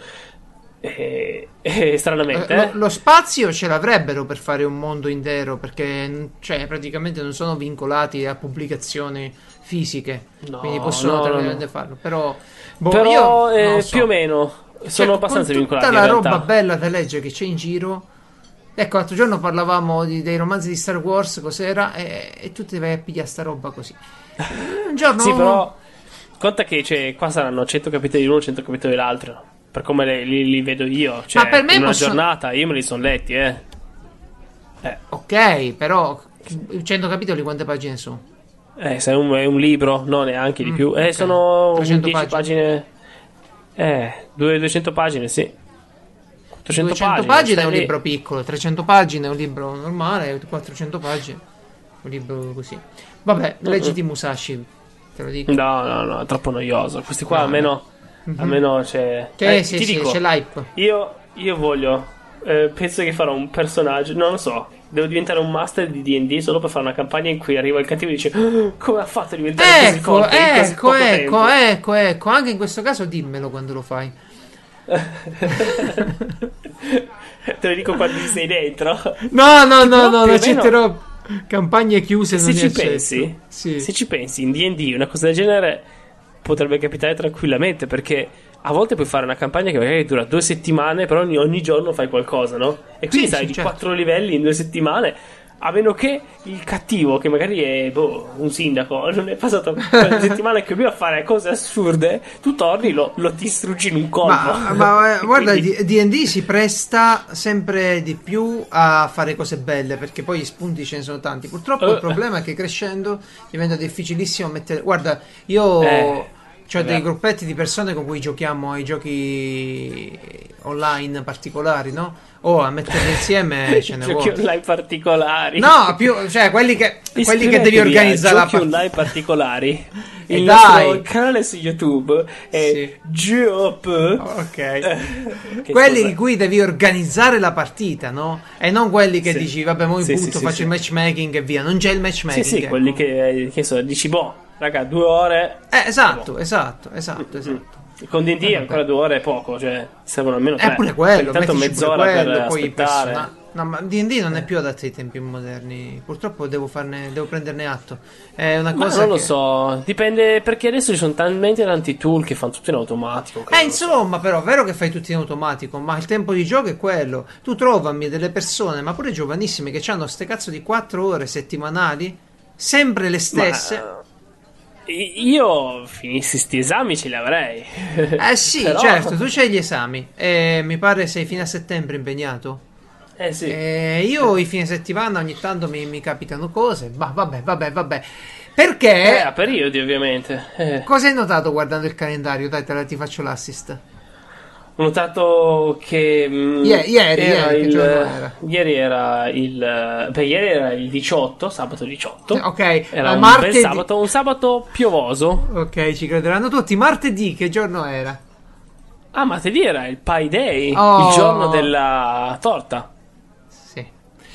E, e stranamente, Eh, lo, eh. lo spazio ce l'avrebbero per fare un mondo intero, perché cioè, praticamente non sono vincolati a pubblicazioni fisiche, No, quindi possono no, no, tranquillamente no. farlo. Però, boh, Però io eh, non lo so. più o meno Cioè, sono abbastanza con vincolati tutta in la realtà. roba bella da leggere che c'è in giro. Ecco, l'altro giorno parlavamo di- dei romanzi di Star Wars, cos'era, e, e tu ti vai a pigliare sta roba così. Un giorno... Sì, però conta che cioè, qua saranno cento capitoli l'uno, cento capitoli l'altro. Per come le- li, li vedo io, cioè, Ma per me in una possono- giornata io me li sono letti, eh. Eh, Ok, però cento capitoli quante pagine sono? eh se è un, è un libro, no, neanche di Mm, più. Eh, ok. sono trecento dieci pagine. pagine. Eh, duecento pagine, sì. quattrocento duecento pagine, pagine è stai un lì. libro piccolo, trecento pagine è un libro normale, quattrocento pagine un libro così. Vabbè, leggiti Musashi, te lo dico. No, no, no, è troppo noioso. Questi qua No, almeno, no. almeno c'è... Che Eh, sì, ti sì, dico, c'è l'hype. io, io voglio... eh, penso che farò un personaggio, non lo so. Devo diventare un master di D and D solo per fare una campagna in cui arriva il cattivo e dice: "Ah, come ha fatto a diventare così Ecco, forte in così ecco, poco ecco, tempo?" ecco, ecco, anche in questo caso dimmelo quando lo fai. Te lo dico quando ci sei dentro. No, no, no, Però no, più o non meno- accetterò campagne chiuse, Se non ne ci accetto. pensi, Sì. se ci pensi, in D and D una cosa del genere potrebbe capitare tranquillamente, perché a volte puoi fare una campagna che magari dura due settimane, però ogni, ogni giorno fai qualcosa, no? E quindi Sì, sai sì, di certo. quattro livelli in due settimane, a meno che il cattivo, che magari è boh, un sindaco, non è passato quelle settimane che lui a fare cose assurde, tu torni, lo, lo distruggi in un colpo. Ma, ma, eh, guarda, Quindi- D and D si presta sempre di più a fare cose belle, perché poi gli spunti ce ne sono tanti. Purtroppo il Eh. problema è che crescendo diventa difficilissimo mettere... Guarda, io Eh, ho è dei vero. gruppetti di persone con cui giochiamo ai giochi online particolari, no? Oh, a metterli insieme ce ne Giochi vuole. online particolari. No, più, cioè quelli che, quelli che devi Iscrivetevi a organizzare la Giochi partita. online particolari. E Il dai. nostro canale su YouTube è Sì. Giop. Ok. Che Quelli cos'è? di cui devi organizzare la partita, no? E non quelli che Sì. dici, vabbè, mo' mi Sì, butto, sì, sì, faccio sì. il matchmaking e via. Non c'è il matchmaking. Sì, sì, ecco. quelli che, che so, dici, boh, raga, due ore. Eh, esatto, esatto, esatto, esatto. Con D and D Eh, ancora vabbè. due ore è poco, cioè servono almeno tre. È pure quello, Intanto mettici mezz'ora pure quello, per poi i aspettare. persona- No, ma D and D non è più adatto ai tempi moderni. Purtroppo devo farne, devo prenderne atto. È una Ma cosa non lo che... so, dipende, perché adesso ci sono talmente tanti tool che fanno tutto in automatico. che Eh, non lo so. insomma, però, è vero che fai tutto in automatico, ma il tempo di gioco è quello. Tu trovami delle persone, ma pure giovanissime, che hanno ste cazzo di quattro ore settimanali, sempre le stesse. Ma, i- io finissi sti esami ce li avrei. Eh sì, Però- certo, tu c'hai gli esami e mi pare sei fino a settembre impegnato. Eh sì. E io i fine settimana ogni tanto mi, mi capitano cose, ma vabbè, vabbè, vabbè. Perché? Eh, a periodi ovviamente. Eh, Cosa hai notato guardando il calendario? Dai, te la ti faccio l'assist. ho notato che mm, Ie- ieri, era ieri, che il, giorno era? ieri era il beh, ieri era il diciotto, sabato diciotto. Ok, Era eh, un martedì- bel sabato, un sabato piovoso. Ok, ci crederanno tutti. Martedì, che giorno era? Ah, martedì era il Pie Day, Oh. il giorno della torta. Sì.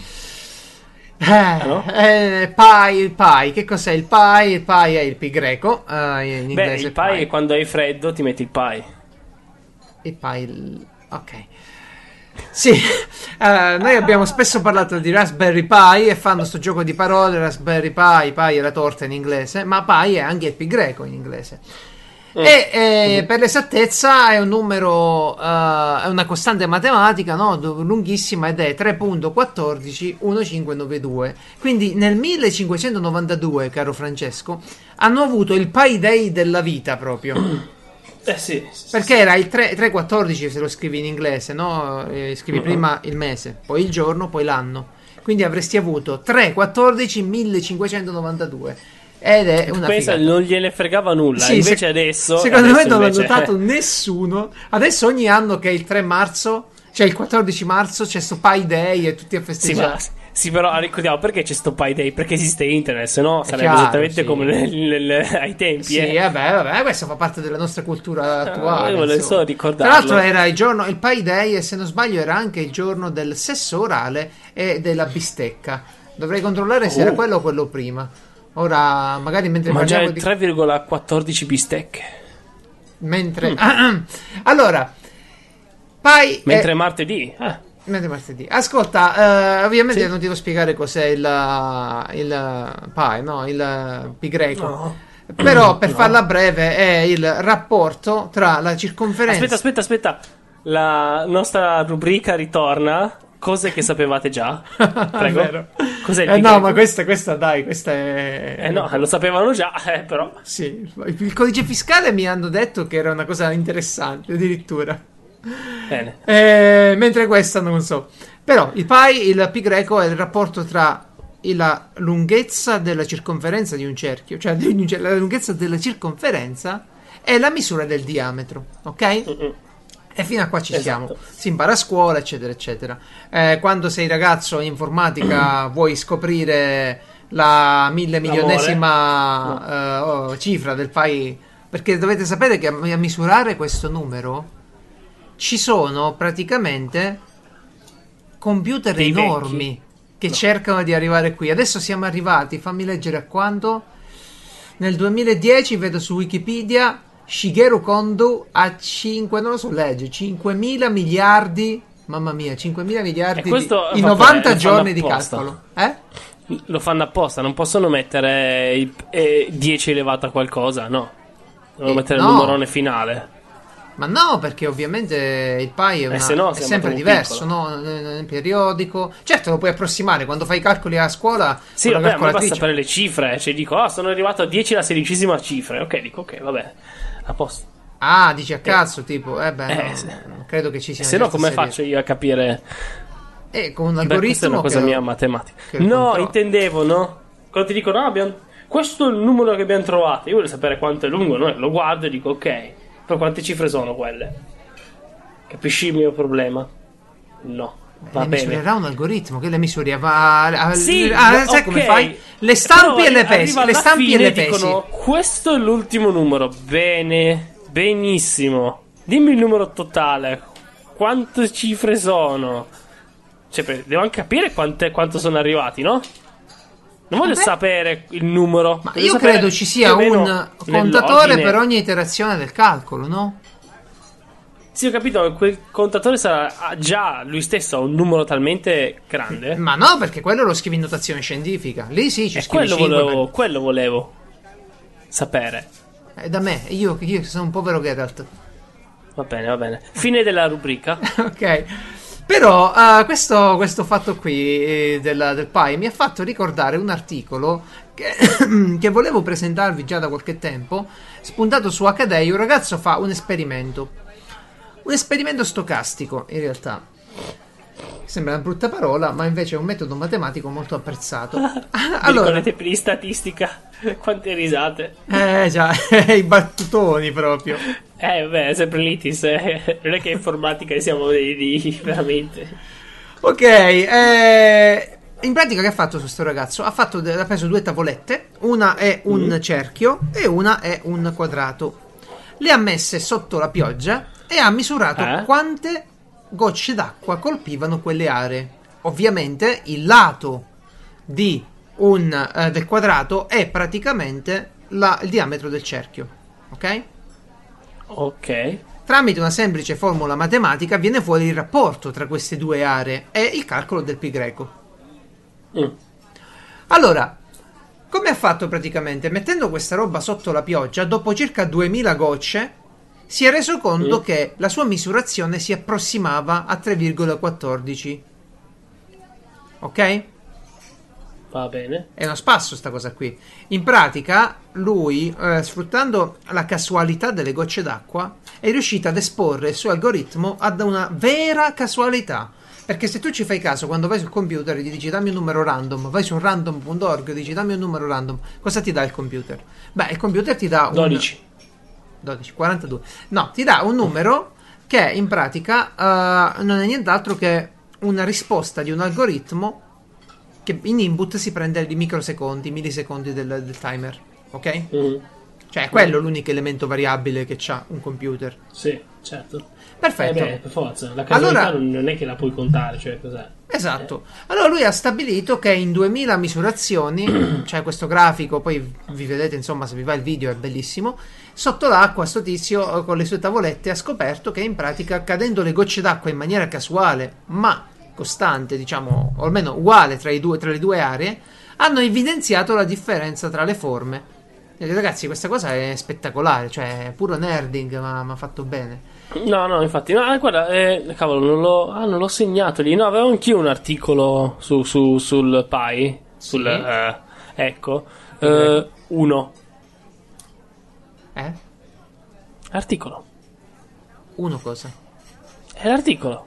Eh, no? eh, pie, il pie, che cos'è il pie? Il pie è il pi greco, eh, in Beh, inglese il pie è quando hai freddo ti metti il pie. il pie, il- ok. Sì, eh, noi abbiamo spesso parlato di Raspberry Pi e fanno sto gioco di parole, Raspberry Pi, Pi è la torta in inglese, ma Pi è anche il pi greco in inglese. E eh, per l'esattezza è un numero, eh, è una costante matematica, no? Dove- lunghissima, ed è tre virgola quattordici quindici novantadue. Quindi nel millecinquecentonovantadue, caro Francesco, hanno avuto il Pi Day della vita proprio. Eh sì, sì, sì. Perché era il tre tre quattordici se lo scrivi in inglese, no? Eh, scrivi prima il mese, poi il giorno, poi l'anno. Quindi avresti avuto tre quattordici millecinquecentonovantadue. Ed è una Pensa, figata. non gliene fregava nulla. Sì, invece se- adesso. secondo adesso me non invece- l'ha notato nessuno. Adesso ogni anno che è il tre marzo, cioè il quattordici marzo, c'è sto Pi Day e tutti a Sì, festeggiare. ma, sì, però ricordiamo perché c'è sto Pi Day? Perché esiste internet, se no sarebbe chiaro, esattamente sì. come nel- nel- ai tempi. Sì, eh. vabbè, vabbè, questo fa parte della nostra cultura attuale. io volevo insomma. solo ricordarlo. Tra l'altro era il giorno, il Pi Day, e se non sbaglio era anche il giorno del sesso orale e della bistecca. Dovrei controllare se Oh. era quello o quello prima. Ora, magari mentre Mangiare parliamo di... tre virgola quattordici bistecche. Mentre... allora, Pi... Mentre è- è martedì. Ah, Mentre martedì. Ascolta, eh, ovviamente Sì. non ti devo spiegare cos'è il, il Pi, no? Il pi greco. no. Però, per No. farla breve, è il rapporto tra la circonferenza... Aspetta, aspetta, aspetta. La nostra rubrica ritorna. Cose che sapevate già. Prego. Vero. Cos'è il Eh pi no, greco? ma questa, questa dai, questa è... Eh no, lo sapevano già, eh, però. Sì, il codice fiscale mi hanno detto che era una cosa interessante, addirittura. Bene. Eh, mentre questa non so. Però il pi, il pi greco è il rapporto tra la lunghezza della circonferenza di un cerchio, cioè di un cer- la lunghezza della circonferenza è la misura del diametro, ok? Mm-mm. E fino a qua ci Esatto. siamo. Si impara a scuola, eccetera, eccetera. Eh, quando sei ragazzo in informatica vuoi scoprire la mille milionesima eh, oh, cifra del pi, perché dovete sapere che a, a misurare questo numero ci sono praticamente computer Dei enormi vecchi. che No. cercano di arrivare qui. Adesso siamo arrivati, fammi leggere a quando. Nel duemiladieci vedo su Wikipedia Shigeru Kondo a cinque, non lo so legge, cinquemila miliardi, mamma mia, cinquemila miliardi di, questo, in vabbè, novanta lo fanno giorni di apposta. calcolo. Eh? Lo fanno apposta, non possono mettere il, eh, dieci elevato a qualcosa, no. Devono Eh, mettere no. il numerone finale. Ma no, perché ovviamente il pi è, una- se no è siamo sempre troppo diverso, piccolo. no? È periodico. Certo, lo puoi approssimare quando fai i calcoli a scuola. Sì, con la vabbè, a me basta calcolatrice. sapere le cifre. Cioè dico, oh, sono arrivato a dieci alla sedicesima cifra. Ok, dico, ok, vabbè, a posto. Ah, dici a cazzo, tipo, eh beh, Eh, no, sì. non credo che ci sia. Se no, come faccio io a capire? E con un Beh, algoritmo. questa è una cosa che- mia matematica. che lo No, controlla. intendevo, no? Quando ti dicono, no, abbiamo... questo è il numero che abbiamo trovato. Io voglio sapere quanto è lungo, no? Lo guardo e dico, ok, però quante cifre sono quelle? Capisci il mio problema? No, va le bene. misurerà un algoritmo che le misura va a- Sì, ah, sai ok. come fai? Le stampi Però e le pesi, arriva le alla stampi e fine le pesi. dicono, questo è l'ultimo numero. Bene, benissimo. Dimmi il numero totale. Quante cifre sono? Cioè, per- devo anche capire quante- quanto sono arrivati, no? Non voglio Vabbè. sapere il numero. Ma voglio io sapere credo ci sia più o meno un contatore nell'ordine. per ogni iterazione del calcolo, no? Sì, ho capito, ma quel contatore sarà ah, già lui stesso ha un numero talmente grande. Ma no, perché quello lo scrivi in notazione scientifica. Lì sì, ci E scrivi quello cinque. volevo, quello volevo sapere. È da me, io, io sono un povero Geralt. Va bene, va bene. Fine della rubrica. Ok. Però eh, questo, questo fatto qui eh, del, del pi mi ha fatto ricordare un articolo che, che volevo presentarvi già da qualche tempo, spuntato su H D. Un ragazzo fa un esperimento. Un esperimento stocastico, in realtà. Sembra una brutta parola, ma invece è un metodo matematico molto apprezzato. Allora, Allora, ricordate per di statistica? Quante risate. eh già, i battutoni proprio. Eh, vabbè, è sempre l'Itis. Eh. Non è che informatica siamo dei, dei- veramente. Ok, eh, in pratica che ha fatto questo ragazzo? Ha, fatto, ha preso due tavolette, una è un Mm. cerchio e una è un quadrato. Le ha messe sotto la pioggia e ha misurato Eh? quante gocce d'acqua colpivano quelle aree. Ovviamente il lato di un, eh, del quadrato è praticamente la- il diametro del cerchio, ok? Ok. Tramite una semplice formula matematica viene fuori il rapporto tra queste due aree e il calcolo del pi greco. Mm. Allora, come ha fatto praticamente? Mettendo questa roba sotto la pioggia, dopo circa duemila gocce, si è reso conto Mm. che la sua misurazione si approssimava a tre virgola quattordici. Ok? Va bene. È uno spasso sta cosa qui. In pratica, lui, eh, sfruttando la casualità delle gocce d'acqua, è riuscito ad esporre il suo algoritmo ad una vera casualità. Perché se tu ci fai caso, quando vai sul computer e gli dici dammi un numero random, vai su random punto org e dici dammi un numero random, cosa ti dà il computer? Beh, il computer ti dà un... dodici. dodici, quarantadue. No, ti dà un numero che in pratica eh, non è nient'altro che una risposta di un algoritmo che in input si prende di microsecondi, millisecondi del, del timer, ok? Mm. Cioè è quello l'unico elemento variabile che c'ha un computer. Sì, certo. Perfetto. Eh beh, per forza. La casualità Allora- non non è che la puoi contare, cioè cos'è? Esatto. Allora lui ha stabilito che in duemila misurazioni, c'è questo grafico, poi vi vedete insomma se vi va il video è bellissimo, sotto l'acqua sto tizio eh, con le sue tavolette ha scoperto che in pratica cadendo le gocce d'acqua in maniera casuale ma costante, diciamo, o almeno uguale tra, i due, tra le due aree, hanno evidenziato la differenza tra le forme. E ragazzi, questa cosa è spettacolare, cioè è puro nerding, ma mi ha fatto bene. No, no, infatti, no, eh, guarda, eh, cavolo, non l'ho, ah, non l'ho segnato lì. No, avevo anch'io un articolo su, su- sul Pi, sul, Sì. eh, ecco, eh, uno, Eh? articolo, Uno cosa? è l'articolo,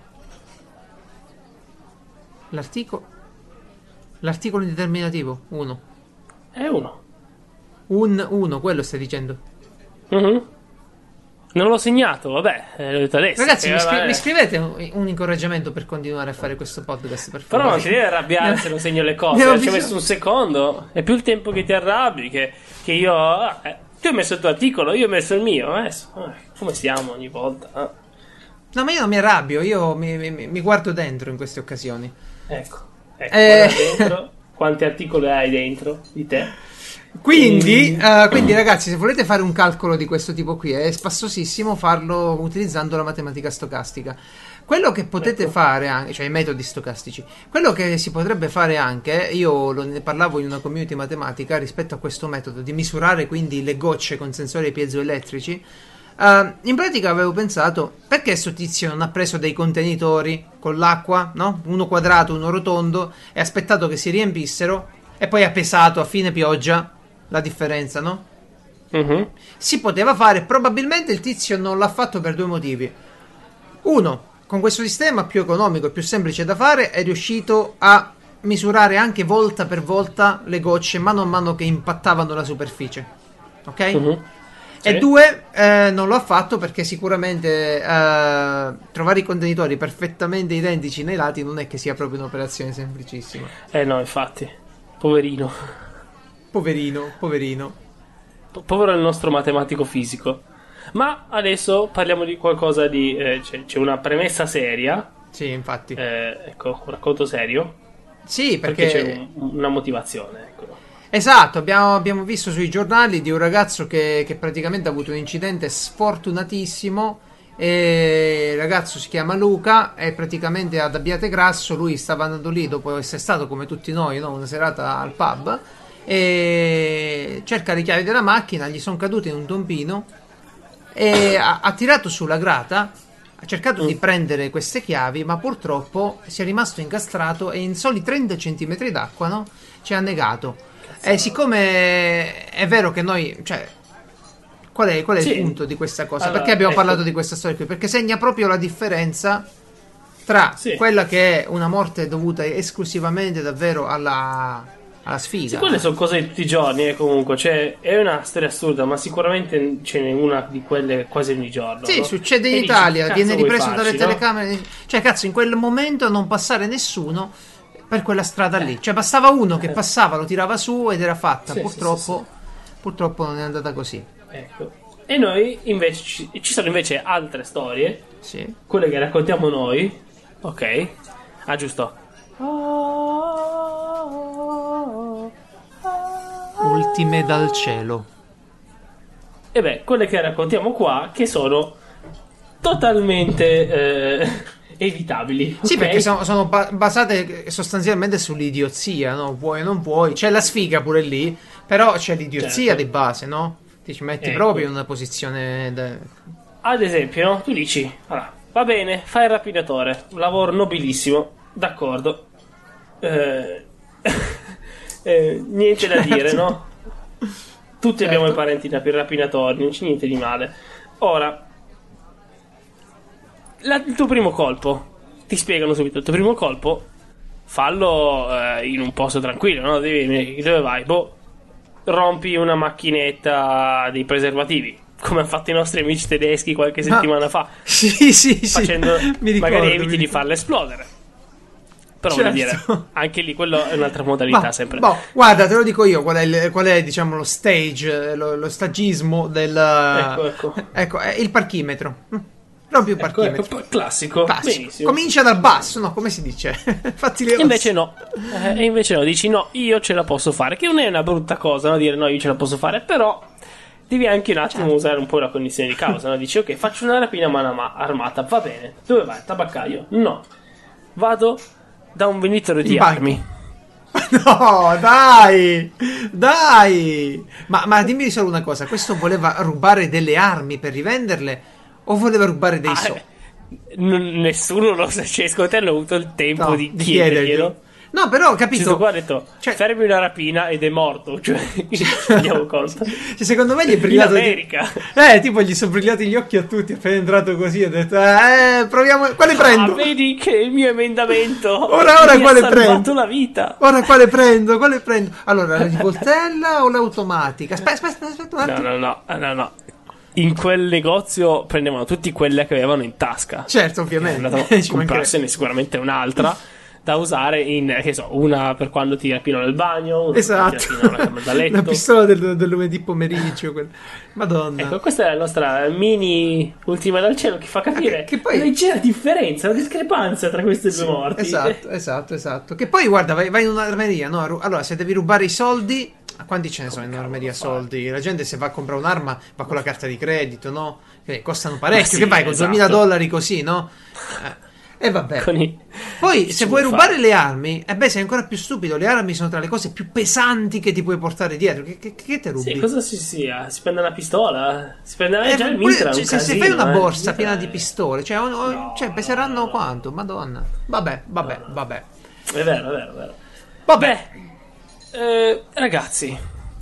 L'articolo... L'articolo indeterminativo, uno. è uno. Un uno, quello stai dicendo. Mhm. Non l'ho segnato, vabbè, eh, l'ho detto adesso. Ragazzi, eh, mi, scri- vabbè. mi scrivete un, un incoraggiamento per continuare a fare questo podcast, per Però favore. non si deve arrabbiare se non segno le Ne cose. ho Ci ho bisogno. messo un secondo. È più il tempo che ti arrabbi che, che io. eh, tu hai messo il tuo articolo, io ho messo il mio. Eh, eh, come siamo ogni volta? eh? No, ma io non mi arrabbio, io mi, mi- mi guardo dentro in queste occasioni. Ecco, ecco Eh. guarda dentro. Quanti articoli hai dentro di te? Quindi, eh, quindi ragazzi, se volete fare un calcolo di questo tipo qui, è spassosissimo farlo utilizzando la matematica stocastica. Quello che potete Ecco. fare anche, cioè i metodi stocastici, quello che si potrebbe fare anche, io lo- ne parlavo in una community matematica rispetto a questo metodo di misurare quindi le gocce con sensori piezoelettrici. eh, in pratica avevo pensato, perché sto tizio non ha preso dei contenitori con l'acqua, no? Uno quadrato, uno rotondo, e ha aspettato che si riempissero e poi ha pesato a fine pioggia la differenza, no? Mhm. Si poteva fare, probabilmente il tizio non l'ha fatto per due motivi. Uno, con questo sistema più economico e più semplice da fare è riuscito a misurare anche volta per volta le gocce mano a mano che impattavano la superficie, ok? Mhm. E Sì. due, eh, non lo ha fatto perché sicuramente eh, trovare i contenitori perfettamente identici nei lati non è che sia proprio un'operazione semplicissima. Eh no, infatti. Poverino. Poverino, poverino. Po- Povero il nostro matematico fisico. Ma adesso parliamo di qualcosa di. eh, c'è, c'è una premessa seria. Sì, infatti. eh, ecco, un racconto serio. Sì, Perché, perché... c'è un- una motivazione. Ecco. Esatto, abbiamo, abbiamo visto sui giornali di un ragazzo che, che praticamente ha avuto un incidente sfortunatissimo. E il ragazzo si chiama Luca e praticamente ad Abbiategrasso lui stava andando lì dopo essere stato come tutti noi, no? Una serata al pub, e cerca le chiavi della macchina, gli sono cadute in un tombino e ha, ha tirato sulla grata, ha cercato di prendere queste chiavi, ma purtroppo si è rimasto incastrato e in soli trenta centimetri d'acqua, no? Ci ha annegato. E siccome è vero che noi, cioè, qual è, qual è Sì. il punto di questa cosa? Allora, Perché abbiamo ecco. parlato di questa storia qui? Perché segna proprio la differenza tra Sì. quella che è una morte dovuta esclusivamente davvero alla, alla sfiga. Sì, quelle sono cose di tutti i giorni, eh, comunque. Cioè, è una storia assurda, ma sicuramente ce n'è una di quelle quasi ogni giorno. Sì, no? succede in E dici, Italia, "Cazzo viene vuoi ripreso farci, dalle no?" telecamere. Cioè, cazzo, in quel momento non passare nessuno per quella strada lì. Cioè, bastava uno che passava, lo tirava su ed era fatta. Sì, sì, purtroppo, sì, purtroppo non è andata così. Ecco. E noi invece ci, ci sono invece altre storie, Sì. quelle che raccontiamo noi. Ok. Ah, giusto. Ultime dal cielo. E beh, quelle che raccontiamo qua che sono totalmente eh, evitabili. Sì, ok? perché sono, sono ba- basate sostanzialmente sull'idiozia, no? Vuoi o non vuoi. C'è la sfiga pure lì, però c'è l'idiozia Certo. di base, no? Ti ci metti Ecco. proprio in una posizione... da- Ad esempio, no? Tu dici, allora, va bene, fai il rapinatore, un lavoro nobilissimo, d'accordo. Eh, eh, niente da dire, no? Tutti Certo. abbiamo i parenti da- per rapinatori, non c'è niente di male. Ora, la- il tuo primo colpo, ti spiegano subito, il tuo primo colpo, fallo eh, in un posto tranquillo, no? Devi, dove vai? Boh, rompi una macchinetta dei preservativi, come hanno fatto i nostri amici tedeschi qualche settimana fa, Sì, sì, sì. facendo Mi ricordo, magari mi eviti di ricordo. farla esplodere. Però Certo. voglio dire, anche lì quello è un'altra modalità Ma, sempre. boh, guarda, te lo dico io qual è, il- qual è, diciamo, lo stage, lo, lo stagismo del... Ecco, ecco. Ecco, è il parchimetro. Mm. Rompi il Ecco, parchimetro. ecco, classico, Classico. benissimo. Comincia dal basso, no? Come si dice? Fatti le E ossa. invece no, Eh, e invece no, dici no, io ce la posso fare, che non è una brutta cosa, no? Dire no, io ce la posso fare, però devi anche un attimo Certo. usare un po' la cognizione di causa, no? Dici ok, faccio una rapina a mano ma- armata, va bene, dove vai? Tabaccaio? No, vado da un venditore di In banca. armi. No, dai, dai. Ma, ma dimmi solo una cosa, questo voleva rubare delle armi per rivenderle o voleva rubare dei Ah, soldi? eh, n- nessuno lo sa, cioè, secondo te hanno avuto il tempo No, di di chiederglielo? chiederglielo. No, però ho Questo capito. qua ha detto Cioè- fermi una rapina ed è morto, cioè ci rendiamo conto. Cioè, secondo me gli è In brillato di- America. Eh, tipo gli sono brillati gli occhi a tutti appena entrato così, ha detto "Eh, proviamo, quale prendo?" Ah, vedi che il mio emendamento Ora, ora mi quale ha salvato prendo? la vita. Ora quale prendo? Quale prendo? Allora, la rivoltella o l'automatica? Aspetta, aspetta, aspetta un No, attimo. no, no, no, no. in quel negozio prendevano tutti quelle che avevano in tasca. Certo, ovviamente. Andavano a comprarsene sicuramente un'altra da usare in, che so, una per quando ti rapinano nel bagno, una esatto. per quando ti rapinano la camera da letto. La pistola del, del lunedì pomeriggio. Quel... Madonna. Ecco, questa è la nostra mini ultima dal cielo, che fa capire che, che poi... una leggera differenza, una discrepanza tra queste sì, due morti. Esatto, esatto, esatto. Che poi, guarda, vai, vai in un'armeria, no? Allora, se devi rubare i soldi... Quanti ce ne sono in armeria soldi? La gente se va a comprare un'arma va con la carta di credito, no? Che costano parecchio. Sì, che vai con esatto. duemila dollari così, no? E eh, vabbè. I... Poi se vuoi rubare le armi, e eh beh, sei ancora più stupido. Le armi sono tra le cose più pesanti che ti puoi portare dietro. Che, che, che te rubi? Sì, cosa si sia? Si prende una pistola? Si prende eh, già il pure, mitra, cioè, un se, casino, se fai una eh. borsa Mitra piena è... di pistole, cioè, o, no, cioè peseranno no, no. quanto? Madonna. Vabbè, vabbè, no, no. vabbè. È vero, è vero, è vero. Vabbè. Beh, eh, ragazzi,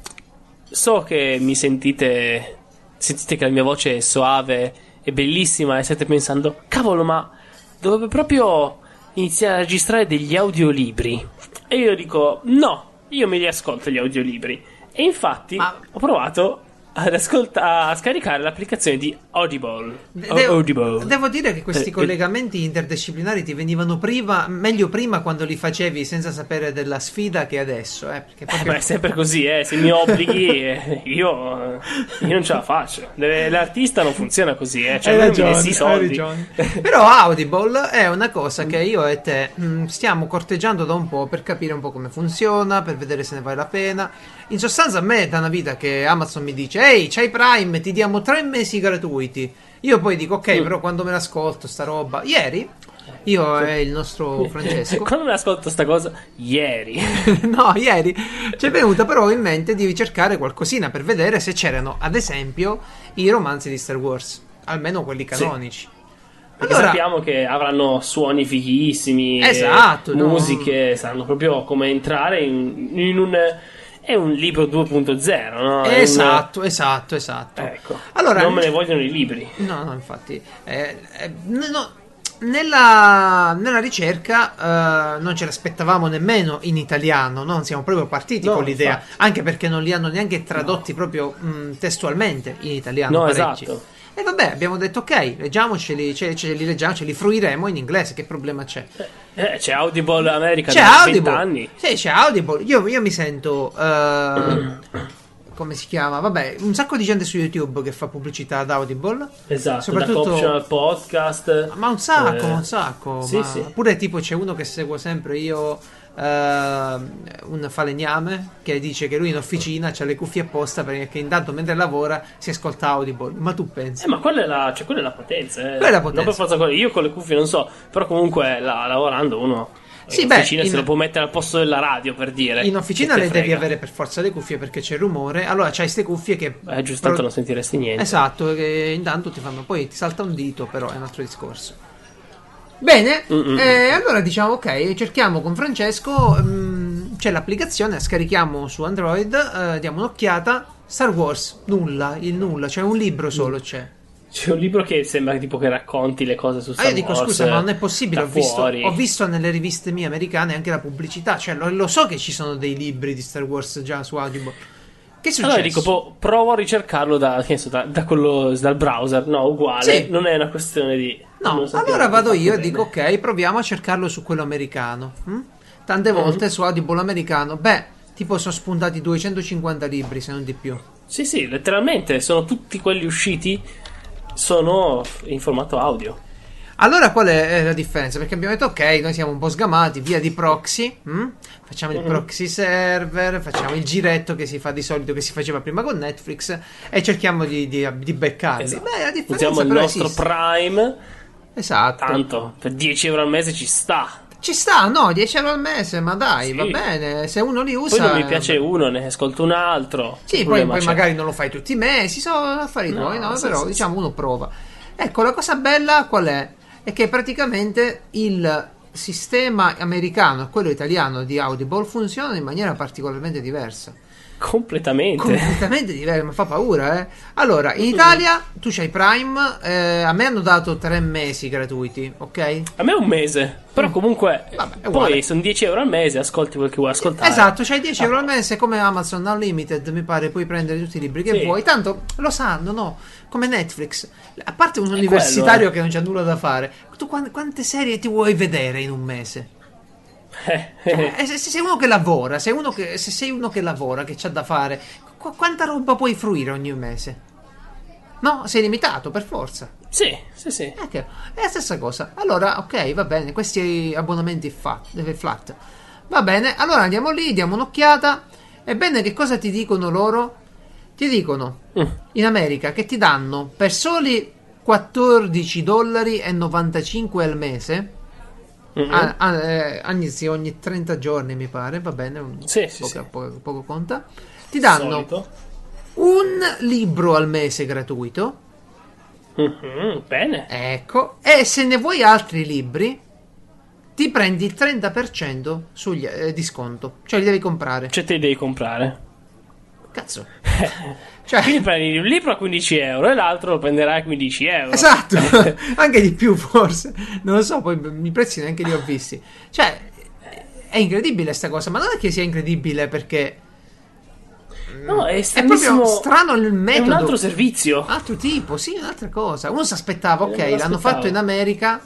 so che mi sentite, sentite che la mia voce è soave e bellissima e state pensando, cavolo, ma dovrebbe proprio iniziare a registrare degli audiolibri. E io dico, no, io me li ascolto gli audiolibri. E infatti ma... ho provato ad ascolta- a scaricare l'applicazione di Audible. Devo, Audible. devo dire che questi Eh, collegamenti interdisciplinari ti venivano prima, meglio prima quando li facevi senza sapere della sfida che adesso. Eh, perché Eh, proprio... ma è sempre così, eh. Se mi obblighi, eh, io, io non ce la faccio. Deve- l'artista non funziona così, eh. Cioè, hai almeno mi ragione, dessi i hai soldi. ragione. Però Audible è una cosa che io e te mh, stiamo corteggiando da un po' per capire un po' come funziona, per vedere se ne vale la pena. In sostanza, a me è da una vita che Amazon mi dice: ehi, c'hai Prime, ti diamo tre mesi gratuiti. Io poi dico: ok, Mm. però quando me l'ascolto sta roba? Ieri, io e il nostro Francesco. Quando mi ascolto sta cosa, ieri. No, ieri ci è venuta però in mente di ricercare qualcosina per vedere se c'erano, ad esempio, i romanzi di Star Wars, almeno quelli canonici. Perché Allora, sappiamo che avranno suoni fighissimi, Esatto, e no. musiche, saranno proprio come entrare in, in un... È un libro due punto zero, no? È esatto, esatto, esatto. un- Ecco, Allora, non me ne vogliono i libri. No, no, infatti, eh, eh, no, nella, nella ricerca eh, non ce l'aspettavamo nemmeno in italiano, no? Siamo proprio partiti No, con l'idea, infatti. anche perché non li hanno neanche tradotti proprio mh, testualmente in italiano. No, parecchi. esatto. E vabbè, abbiamo detto ok, leggiamoceli, ce, ce li leggiamo, ce li fruiremo in inglese, che problema c'è? Eh, c'è Audible America C'è da Audible, venti anni. sì, c'è Audible. Io, io mi sento, eh, come si chiama? Vabbè, un sacco di gente su YouTube che fa pubblicità ad Audible. Esatto, Soprattutto- da Optional Podcast. Ma un sacco, Eh, un sacco. sì, ma sì. Pure tipo c'è uno che seguo sempre io, eh, un falegname, che dice che lui in officina c'ha le cuffie apposta perché intanto mentre lavora si ascolta Audible. Ma tu pensi? Eh, ma quella è la, cioè, quella è la potenza. Eh. Quella è la potenza. Non per forza quella- io con le cuffie non so, però comunque la- lavorando uno Sì, in beh, officina in- se lo può mettere al posto della radio, per dire. In officina Che le te devi frega. avere per forza le cuffie perché c'è il rumore. Allora c'hai queste cuffie che... Eh, giusto, tanto pro- non sentiresti niente. Esatto, che intanto ti fanno... Poi ti salta un dito, però è un altro discorso. Bene, Mm-mm. eh, allora diciamo ok, cerchiamo con Francesco, mm, c'è l'applicazione, scarichiamo su Android, eh, diamo un'occhiata. Star Wars, nulla, il nulla, cioè un libro solo c'è. C'è un libro che sembra tipo che racconti le cose su Star Ah, io dico Wars, scusa, ma non è possibile, da ho visto, fuori. ho visto nelle riviste mie americane anche la pubblicità, cioè lo, lo so che ci sono dei libri di Star Wars già su Audible. Che è successo? Allora dico, po- provo a ricercarlo da, che ne so, da, da quello, dal browser. No, uguale. Sì. Non è una questione di... No, non sapere allora vado fatto io e bene. dico ok, proviamo a cercarlo su quello americano. hm? Tante volte Mhm. su Audible americano, beh, tipo sono spuntati duecentocinquanta libri, se non di più. Sì, sì, letteralmente sono tutti quelli usciti, sono in formato audio. Allora qual è la differenza? Perché abbiamo detto ok, noi siamo un po' sgamati, via di proxy, hm? Facciamo il Mhm. proxy server, facciamo il giretto che si fa di solito, che si faceva prima con Netflix, e cerchiamo di, di, di beccarli. Esatto. Beh, la differenza Usiamo il però nostro esiste. Prime, Esatto. tanto, per dieci euro al mese ci sta. Ci sta, no, dieci euro al mese, ma dai, Sì. va bene, se uno li usa... Poi non mi piace uno, ne ascolto un altro. Sì, Che poi, problema poi c'è? magari non lo fai tutti i mesi, sono affari No, tuoi, no? sì, Però sì, diciamo uno prova. Ecco, la cosa bella qual è? È che praticamente il sistema americano e quello italiano di Audible funzionano in maniera particolarmente diversa. Completamente. Completamente diverso, ma fa paura, eh. Allora, in Italia tu c'hai Prime, eh, a me hanno dato tre mesi gratuiti, ok? A me è un mese, però comunque Vabbè, è uguale. poi sono dieci euro al mese, ascolti quel che vuoi ascoltare. Esatto, c'hai dieci Ah. euro al mese come Amazon Unlimited, mi pare, puoi prendere tutti i libri che Sì. vuoi, tanto lo sanno, no? Come Netflix. A parte un universitario quello, eh. che non c'ha nulla da fare, tu quan- quante serie ti vuoi vedere in un mese? Eh, Cioè, eh, se se sei uno che lavora, se, uno che, se sei uno che lavora, che c'ha da fare, qu- quanta roba puoi fruire ogni mese? No, sei limitato per forza. sì, sì, sì. È, che- è la stessa cosa. Allora, ok, va bene, questi abbonamenti fat, eh, flat. Va bene, allora andiamo lì, diamo un'occhiata. Ebbene, che cosa ti dicono loro? Ti dicono, Mm. in America, che ti danno per soli quattordici dollari e novantacinque al mese. Mhm. Ah, ah, eh, anzi, ogni trenta giorni mi pare, va bene, un- Sì, sì, poco, sì. poco- poco conta. Ti danno Solito. un libro al mese gratuito, Mhm, bene. ecco, e se ne vuoi altri libri ti prendi il trenta per cento sugli eh, di sconto, cioè li devi comprare. Cioè te li devi comprare. Cazzo. Cioè, Quindi prendi un libro a quindici euro e l'altro lo prenderai a quindici euro. esatto, anche di più forse, non lo so, poi i prezzi neanche li ho visti. Cioè, è incredibile sta cosa, ma non è che sia incredibile perché No, è è stranissimo. proprio strano il È metodo. un altro servizio. Altro tipo, sì, un'altra cosa. Uno si aspettava, ok, Eh, me l'hanno l'aspettavo. fatto in America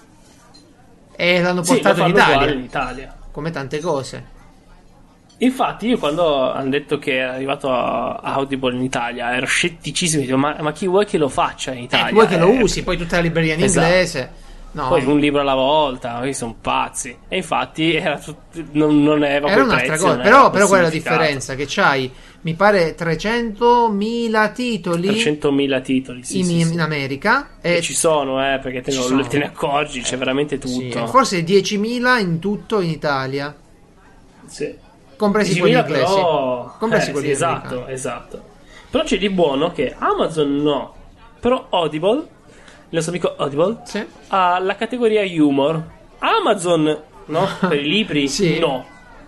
e l'hanno Sì, lo portato in fanno uguale Italia, in Italia. come tante cose. Infatti, io quando hanno detto che è arrivato a Audible in Italia ero scetticissimo. Dicevo, ma, ma chi vuoi che lo faccia in Eh, Italia? tu vuoi che lo Eh, usi, poi tutta la libreria in Esatto. inglese. No, Poi un libro alla volta, questi sono pazzi. E infatti era tut- non, non aveva era quei un'altra prezzi, cosa. non Però, aveva però qual è la quel significato. differenza? Che c'hai, mi pare, trecentomila titoli trecentomila titoli, sì, in, sì, sì. in America. E E ci sono, eh, perché te, Ci lo- sono. te ne accorgi, c'è veramente sì, tutto. forse diecimila in tutto in Italia. Sì. Compresi quelli diecimila inglesi. però... Compresi eh, quelli sì, esatto, americani. esatto. Però c'è di buono che Amazon no, però Audible, il nostro amico Audible, Sì. ha la categoria humor. Amazon, no? Per i libri, Sì. no.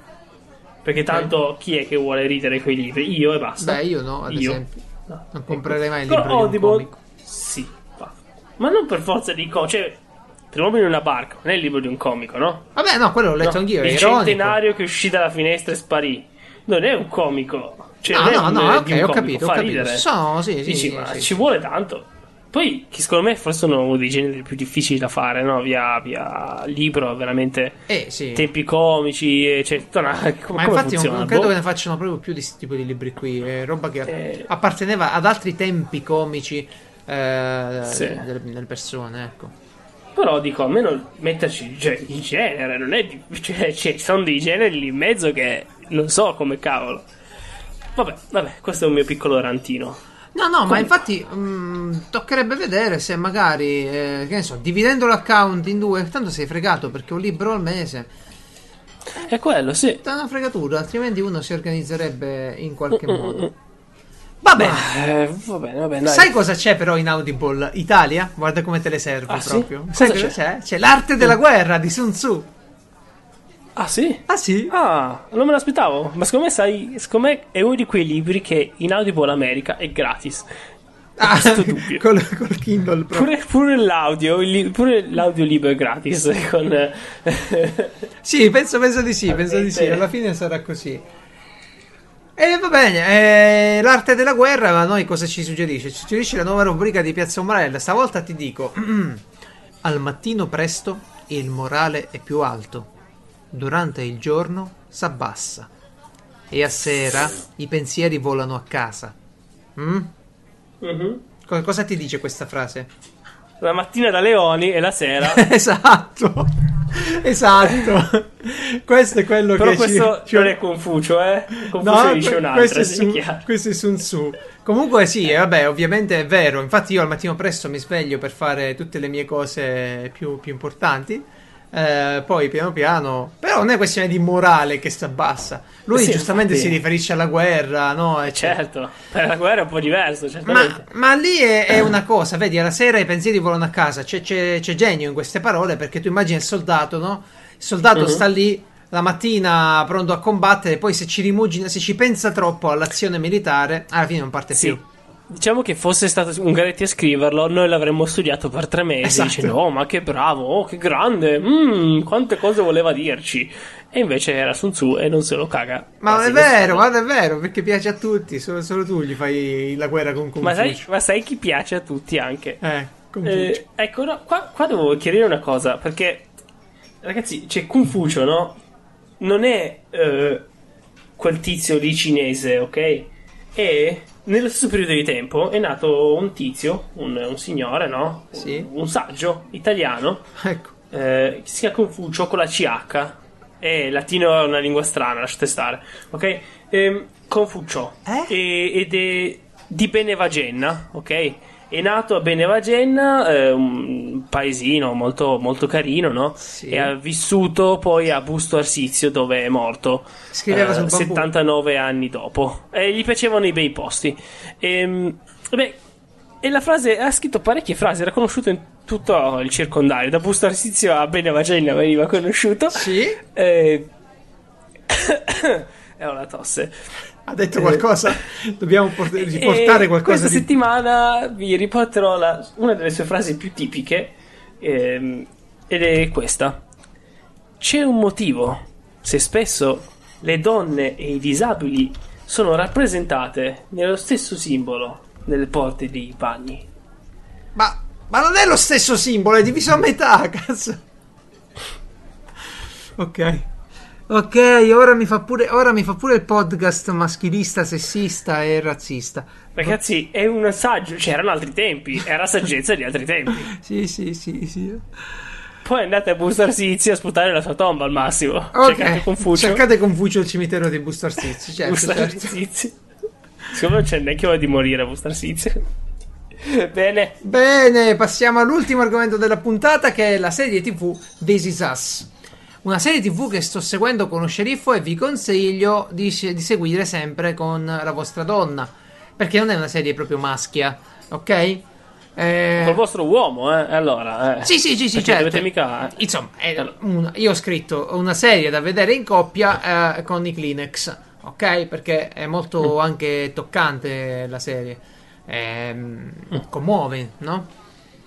Perché tanto chi è che vuole ridere quei libri? Io e basta. Beh, io no, ad Io. esempio. No. Non comprerei mai il Però libro di un Audible, comico. sì, fa. Ma non per forza di co- cioè, Troviamo in una barca, non è il libro di un comico, no? Vabbè, no, quello l'ho letto No, anch'io, è il ironico. centenario che uscì dalla finestra e sparì. Non è un comico. Cioè, No, non è no, un- no, di ok, un ho comico, capito, ho fa capito. ridere. Sono, sì, sì, Dici, sì, ma sì. ci vuole tanto. Poi, che secondo me forse sono uno dei generi più difficili da fare, no? Via, via libro, veramente Eh, sì. tempi comici, e cioè, tutta una... come, Ma come infatti non, funziona? non credo Boh. che ne facciano proprio più di questo tipo di libri qui. È roba che Eh. apparteneva ad altri tempi comici eh, Sì. delle, delle persone, ecco. Però dico, almeno metterci cioè, il genere, non è di... cioè, ci sono dei generi lì in mezzo che non so come cavolo. Vabbè, vabbè, questo è un mio piccolo rantino. No, no, ma Comunque. infatti mh, toccherebbe vedere se magari, eh, che ne so, dividendo l'account in due, tanto sei fregato perché un libro al mese È quello, sì. è una fregatura, altrimenti uno si organizzerebbe in qualche Mm, mm, modo. Va bene. Eh, va bene, va bene, dai. Sai cosa c'è però in Audible Italia? Guarda come te le servo Ah, sì? proprio. Cosa Sai cosa c'è? c'è? C'è l'arte della guerra di Sun Tzu. Ah, sì? Ah sì? Ah, non me l'aspettavo. Ma secondo me, sai, secondo me è uno di quei libri che in Audible America è gratis. Ho Ah, questo dubbio. col, col Kindle proprio. Pure, pure l'audio, il li- pure l'audiolibro è gratis. Con, Sì, penso, penso di sì, penso di sì. Veramente. Alla fine sarà così. E va bene, eh, l'arte della guerra, ma noi cosa ci suggerisce? Ci suggerisce la nuova rubrica di Piazza Umbrella. Stavolta ti dico, al mattino presto il morale è più alto, durante il giorno s'abbassa e a sera i pensieri volano a casa. Mm? Mhm. Co- cosa ti dice questa frase? La mattina da leoni e la sera. Esatto, esatto. Questo è quello Però che questo ci, ci- non è Confucio, eh? Confucio No, dice que- un'altra, questo, è sì, Sun, chiaro. questo è Sun Tzu. Comunque sì, eh, vabbè, ovviamente è vero. Infatti io al mattino presto mi sveglio per fare tutte le mie cose più, più importanti. Eh, poi piano piano, però non è questione di morale che si abbassa. Lui Sì, giustamente infatti. si riferisce alla guerra, no? Eccetera. Certo, per la guerra è un po' diverso, certamente. Ma, ma lì è, è una cosa, vedi, alla sera i pensieri volano a casa. C'è, c'è- c'è genio in queste parole perché tu immagini il soldato, no? Il soldato Mhm. sta lì, la mattina pronto a combattere, poi se ci rimugina, se ci pensa troppo all'azione militare, alla fine non parte Sì. più. Diciamo che fosse stato Ungaretti a scriverlo, noi l'avremmo studiato per tre mesi, Esatto. dicendo oh ma che bravo, oh che grande, mm, quante cose voleva dirci, e invece era Sun Tzu e non se lo caga. Ma non è Quasi vero, nessuno. ma non è vero, perché piace a tutti, solo, solo tu gli fai la guerra con Ma sai, Confucio. ma sai chi piace a tutti anche? Eh, Confucio. Eh, ecco, no, qua, qua devo chiarire una cosa, perché ragazzi, c'è Confucio, no? Non è eh, quel tizio lì cinese, ok? E nello stesso periodo di tempo è nato un tizio, un, un signore, no? Sì. Un, un saggio italiano Ecco. eh, che si chiama Confucio con la C H. E latino è una lingua strana, lasciate stare, ok? Ehm, Confucio. Eh? E- ed è di Benevagenna, ok? È nato a Benevagenna, eh, un paesino molto, molto carino, no? Sì. E ha vissuto poi a Busto Arsizio, dove è morto Scriveva eh, sul bambù. settantanove anni dopo. E gli piacevano i bei posti. E, beh, e la frase, ha scritto parecchie frasi, era conosciuto in tutto il circondario, da Busto Arsizio a Benevagenna veniva conosciuto. Sì? E... è una tosse. Ha detto qualcosa? Dobbiamo port- riportare E qualcosa questa di... settimana vi riporterò la- una delle sue frasi più tipiche, ehm, ed è questa: c'è un motivo se spesso le donne e i disabili sono rappresentate nello stesso simbolo nelle porte dei bagni. Ma, ma non è lo stesso simbolo, è diviso a metà, cazzo. Ok. Ok, ora mi fa pure, ora mi fa pure il podcast maschilista, sessista e razzista. Ragazzi, è un saggio, c'erano altri tempi, era saggezza di altri tempi. Sì, sì, sì, sì. Poi andate a Busto Arsizio a sputare la sua tomba al massimo. Cercate Ok, Confucio. cercate Confucio al cimitero di Busto Arsizio. Certo, Busto certo. Arsizio. Secondo me c'è neanche ora di morire a Busto Arsizio. Bene. Bene, passiamo all'ultimo argomento della puntata, che è la serie tivù This Is Us. Una serie tivù che sto seguendo con lo sceriffo e vi consiglio di, di seguire sempre con la vostra donna, perché non è una serie proprio maschia, ok? Eh... Col vostro uomo, eh? Allora, eh. Sì, sì, sì, sì, Perché certo. dovete mica... eh. Insomma, è una- io ho scritto una serie da vedere in coppia eh, con i Kleenex, ok? Perché è molto anche toccante la serie. Ehm, commuove, no?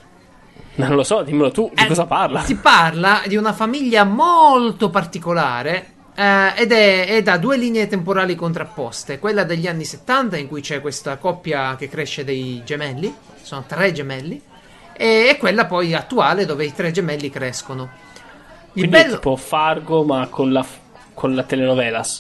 Non lo so, dimmelo tu, di Eh, cosa parla? Si parla di una famiglia molto particolare eh, ed è, è da due linee temporali contrapposte. Quella degli anni settanta, in cui c'è questa coppia che cresce dei gemelli, sono tre gemelli, e, e quella poi attuale, dove i tre gemelli crescono. Il Quindi bello... è tipo Fargo, ma con la, con la telenovelas.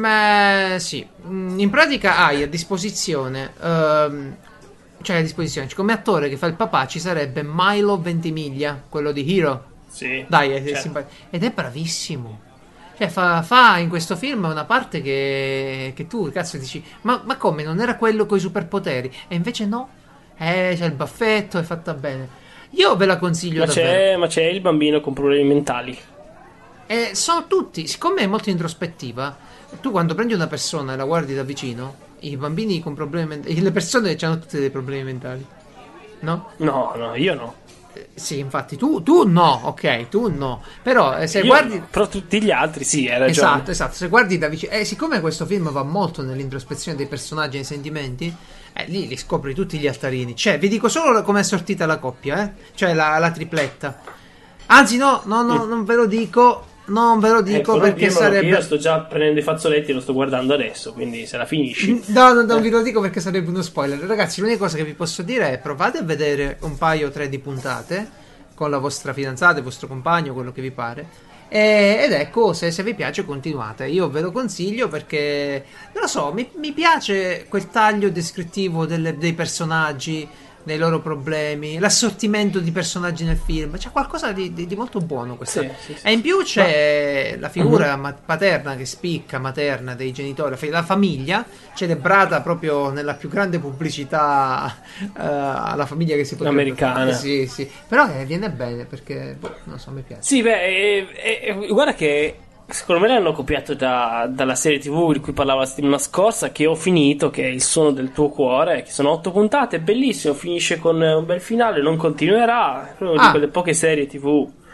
Ma sì, mm, in pratica hai a disposizione, ehm, cioè a disposizione, come attore che fa il papà ci sarebbe Milo Ventimiglia, quello di Hero. Sì. Dai, è certo. simpatico. Ed è bravissimo. Cioè, fa, fa in questo film una parte che, che tu, cazzo, dici, ma, ma come, non era quello con i superpoteri? E invece no. Eh, c'è il baffetto, è fatta bene. Io ve la consiglio Ma davvero. c'è, ma c'è il bambino con problemi mentali. Eh, sono tutti, siccome è molto introspettiva, tu quando prendi una persona e la guardi da vicino, i bambini con problemi mentali, le persone hanno tutte dei problemi mentali, no? No, no, io no. Eh, sì, infatti, tu, tu no, ok, tu no. Però eh, se Io guardi... no, però tutti gli altri sì, hai ragione. Esatto, esatto, se guardi da vicino... Eh, siccome questo film va molto nell'introspezione dei personaggi e dei sentimenti, eh, lì li scopri tutti gli altarini. Cioè, vi dico solo come è sortita la coppia, eh? Cioè, la, la tripletta. Anzi, no, no, no, non ve lo dico... Non ve lo dico Ecco, non perché dirmelo, che sarebbe... io sto già prendendo i fazzoletti e lo sto guardando adesso, quindi se la finisci. No, no, non vi lo dico perché sarebbe uno spoiler. Ragazzi, l'unica cosa che vi posso dire è provate a vedere un paio o tre di puntate con la vostra fidanzata, il vostro compagno, quello che vi pare. E- ed ecco, se, se vi piace continuate. Io ve lo consiglio perché, non lo so, mi, mi piace quel taglio descrittivo delle- dei personaggi, dei loro problemi, l'assortimento di personaggi nel film. C'è qualcosa di, di- di molto buono questa. Sì, sì, sì. E in più c'è la figura ma- paterna che spicca, materna dei genitori, la, fi- la famiglia celebrata proprio nella più grande pubblicità eh, alla famiglia che si potrebbe Americana. Sì, sì. Però eh, viene bene perché, boh, non so, mi piace. Sì, beh, eh, eh, guarda che secondo me l'hanno copiato da- dalla serie tivù di cui parlava la settimana scorsa, che ho finito, che è Il suono del tuo cuore, che sono otto puntate, bellissimo, finisce con un bel finale, non continuerà, è proprio Ah. di quelle poche serie tivù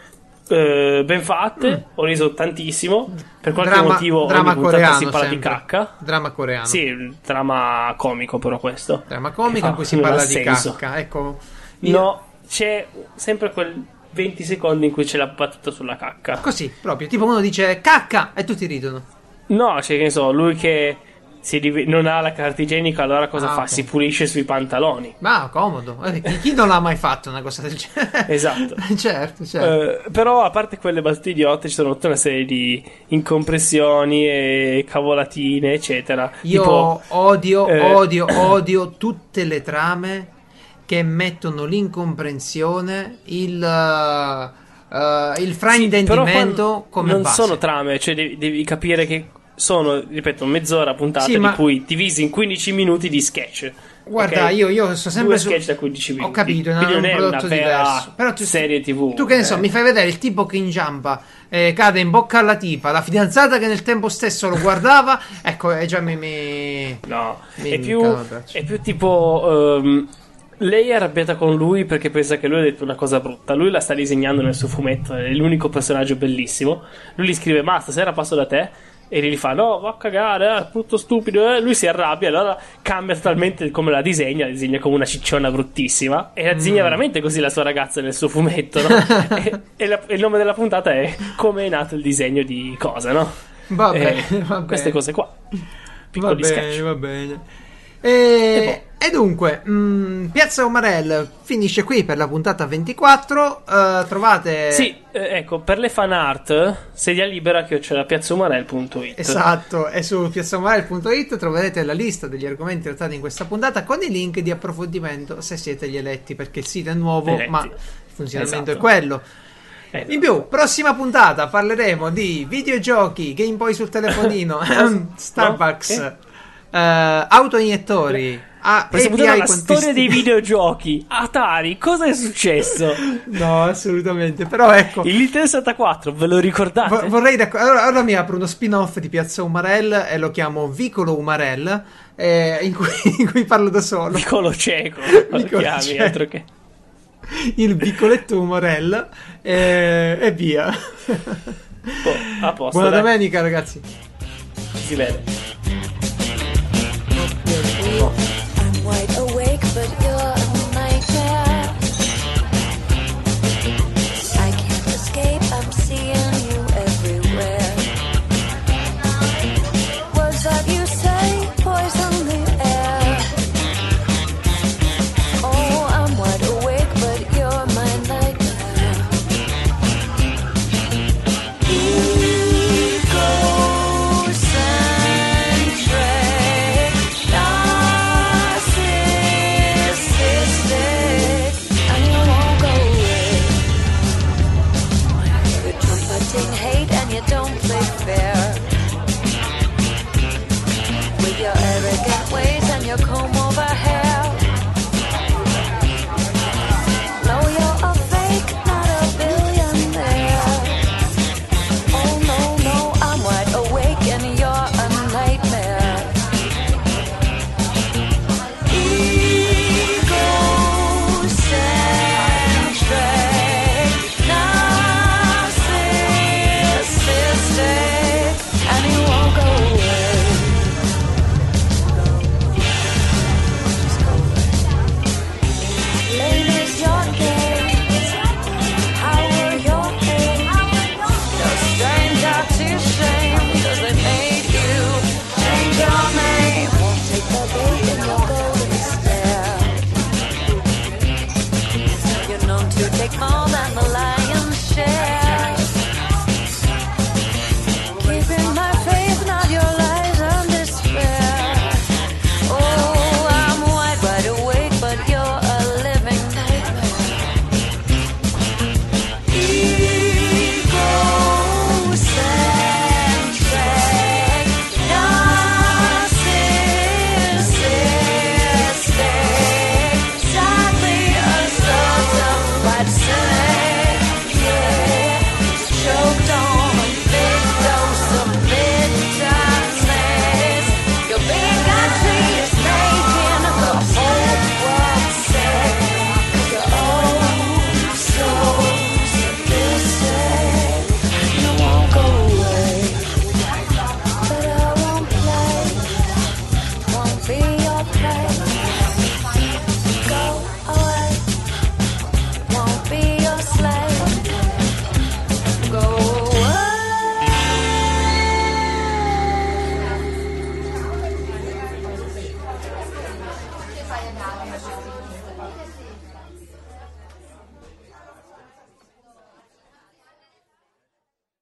eh, ben fatte, Mm. ho riso tantissimo. Per qualche Drama- motivo dramma ogni puntata coreano si parla sempre. di cacca. Dramma coreano. Sì, il dramma comico però questo. Dramma comico Che in fa- cui si non parla ha di senso. cacca. Ecco. io- No, c'è sempre quel venti secondi in cui c'è la battuta sulla cacca. Così, proprio. Tipo uno dice cacca e tutti ridono. No, cioè che ne so, lui che si div- non ha la carta igienica, allora cosa Ah, fa? ok. Si pulisce sui pantaloni. Ma comodo. Eh, Chi, chi non l'ha mai fatto una cosa del genere? Esatto. certo, certo. Eh, però a parte quelle battute idiote ci sono tutta una serie di incompressioni e cavolatine eccetera. Io Tipo, odio, eh, odio, odio tutte le trame che mettono l'incomprensione, il, uh, uh, il sì, fraintendimento però qua come non base. sono trame, cioè devi, devi capire che sono, ripeto, mezz'ora puntata Sì, ma- di cui divisi in quindici minuti di sketch. Guarda, ok? io, io sto sempre Due su... sketch da quindici minuti. Ho capito, è una- Quindi non un è prodotto una vera diverso. Però tu, serie tivù. Tu che ne so, eh. mi fai vedere il tipo che inciampa, eh, cade in bocca alla tipa, la fidanzata che nel tempo stesso lo guardava, ecco, e già mi... mi... No, Mi- è mi più, cado il braccio. è più tipo... ehm, lei è arrabbiata con lui perché pensa che lui ha detto una cosa brutta. Lui la sta disegnando nel suo fumetto, è l'unico personaggio bellissimo. Lui gli scrive, ma stasera passo da te. E gli fa, no, va a cagare, eh, tutto stupido. eh. Lui si arrabbia, allora cambia totalmente come la disegna. La disegna come una cicciona bruttissima. E la disegna veramente così la sua ragazza nel suo fumetto, no? e e la- e il nome della puntata è come è nato il disegno di cosa, no? Va bene, Eh, va queste bene. cose qua. Va Piccoli bene, sketch. va bene. E, E e dunque, mh, Piazza Umarell finisce qui per la puntata ventiquattro. eh, trovate... Sì, eh, ecco, per le fan art, sedia libera che c'è la piazzaumarell punto it. Esatto, e su piazzaumarell punto it troverete la lista degli argomenti trattati in questa puntata con i link di approfondimento se siete gli eletti, perché il sito è nuovo, Eletti. ma il funzionamento Esatto. è quello. Eh, In più, prossima puntata parleremo di videogiochi, Game Boy sul telefonino, Starbucks, No? eh, autoiniettori, a- Questa A P I puntata è la quantisti- storia dei videogiochi. Atari, cosa è successo? No, assolutamente, però ecco... Il Nintendo sessantaquattro, ve lo ricordate? Vo- vorrei racco- allora, ora mi apro uno spin-off di Piazza Umarell e lo chiamo Vicolo Umarell, eh, in, cui, in cui parlo da solo. Vicolo cieco, lo Vicolo chiami, cieco. altro che... Il vicoletto Umarell e, e via. Oh, a posto, Buona dai. domenica, ragazzi. Si vede. I'm wide awake, but you're a nightmare. I can't escape, I'm seeing you everywhere. Words that you say poison the air. Oh, I'm wide awake, but you're my nightmare. Egocentric, narcissistic, and you won't go away. You're trumpeting hate and you don't play fair. With your arrogant ways and your comb over hair. No, you're a fake, not a billionaire. Oh no, no, I'm wide awake and you're a nightmare. Egocentric, narcissistic, and you won't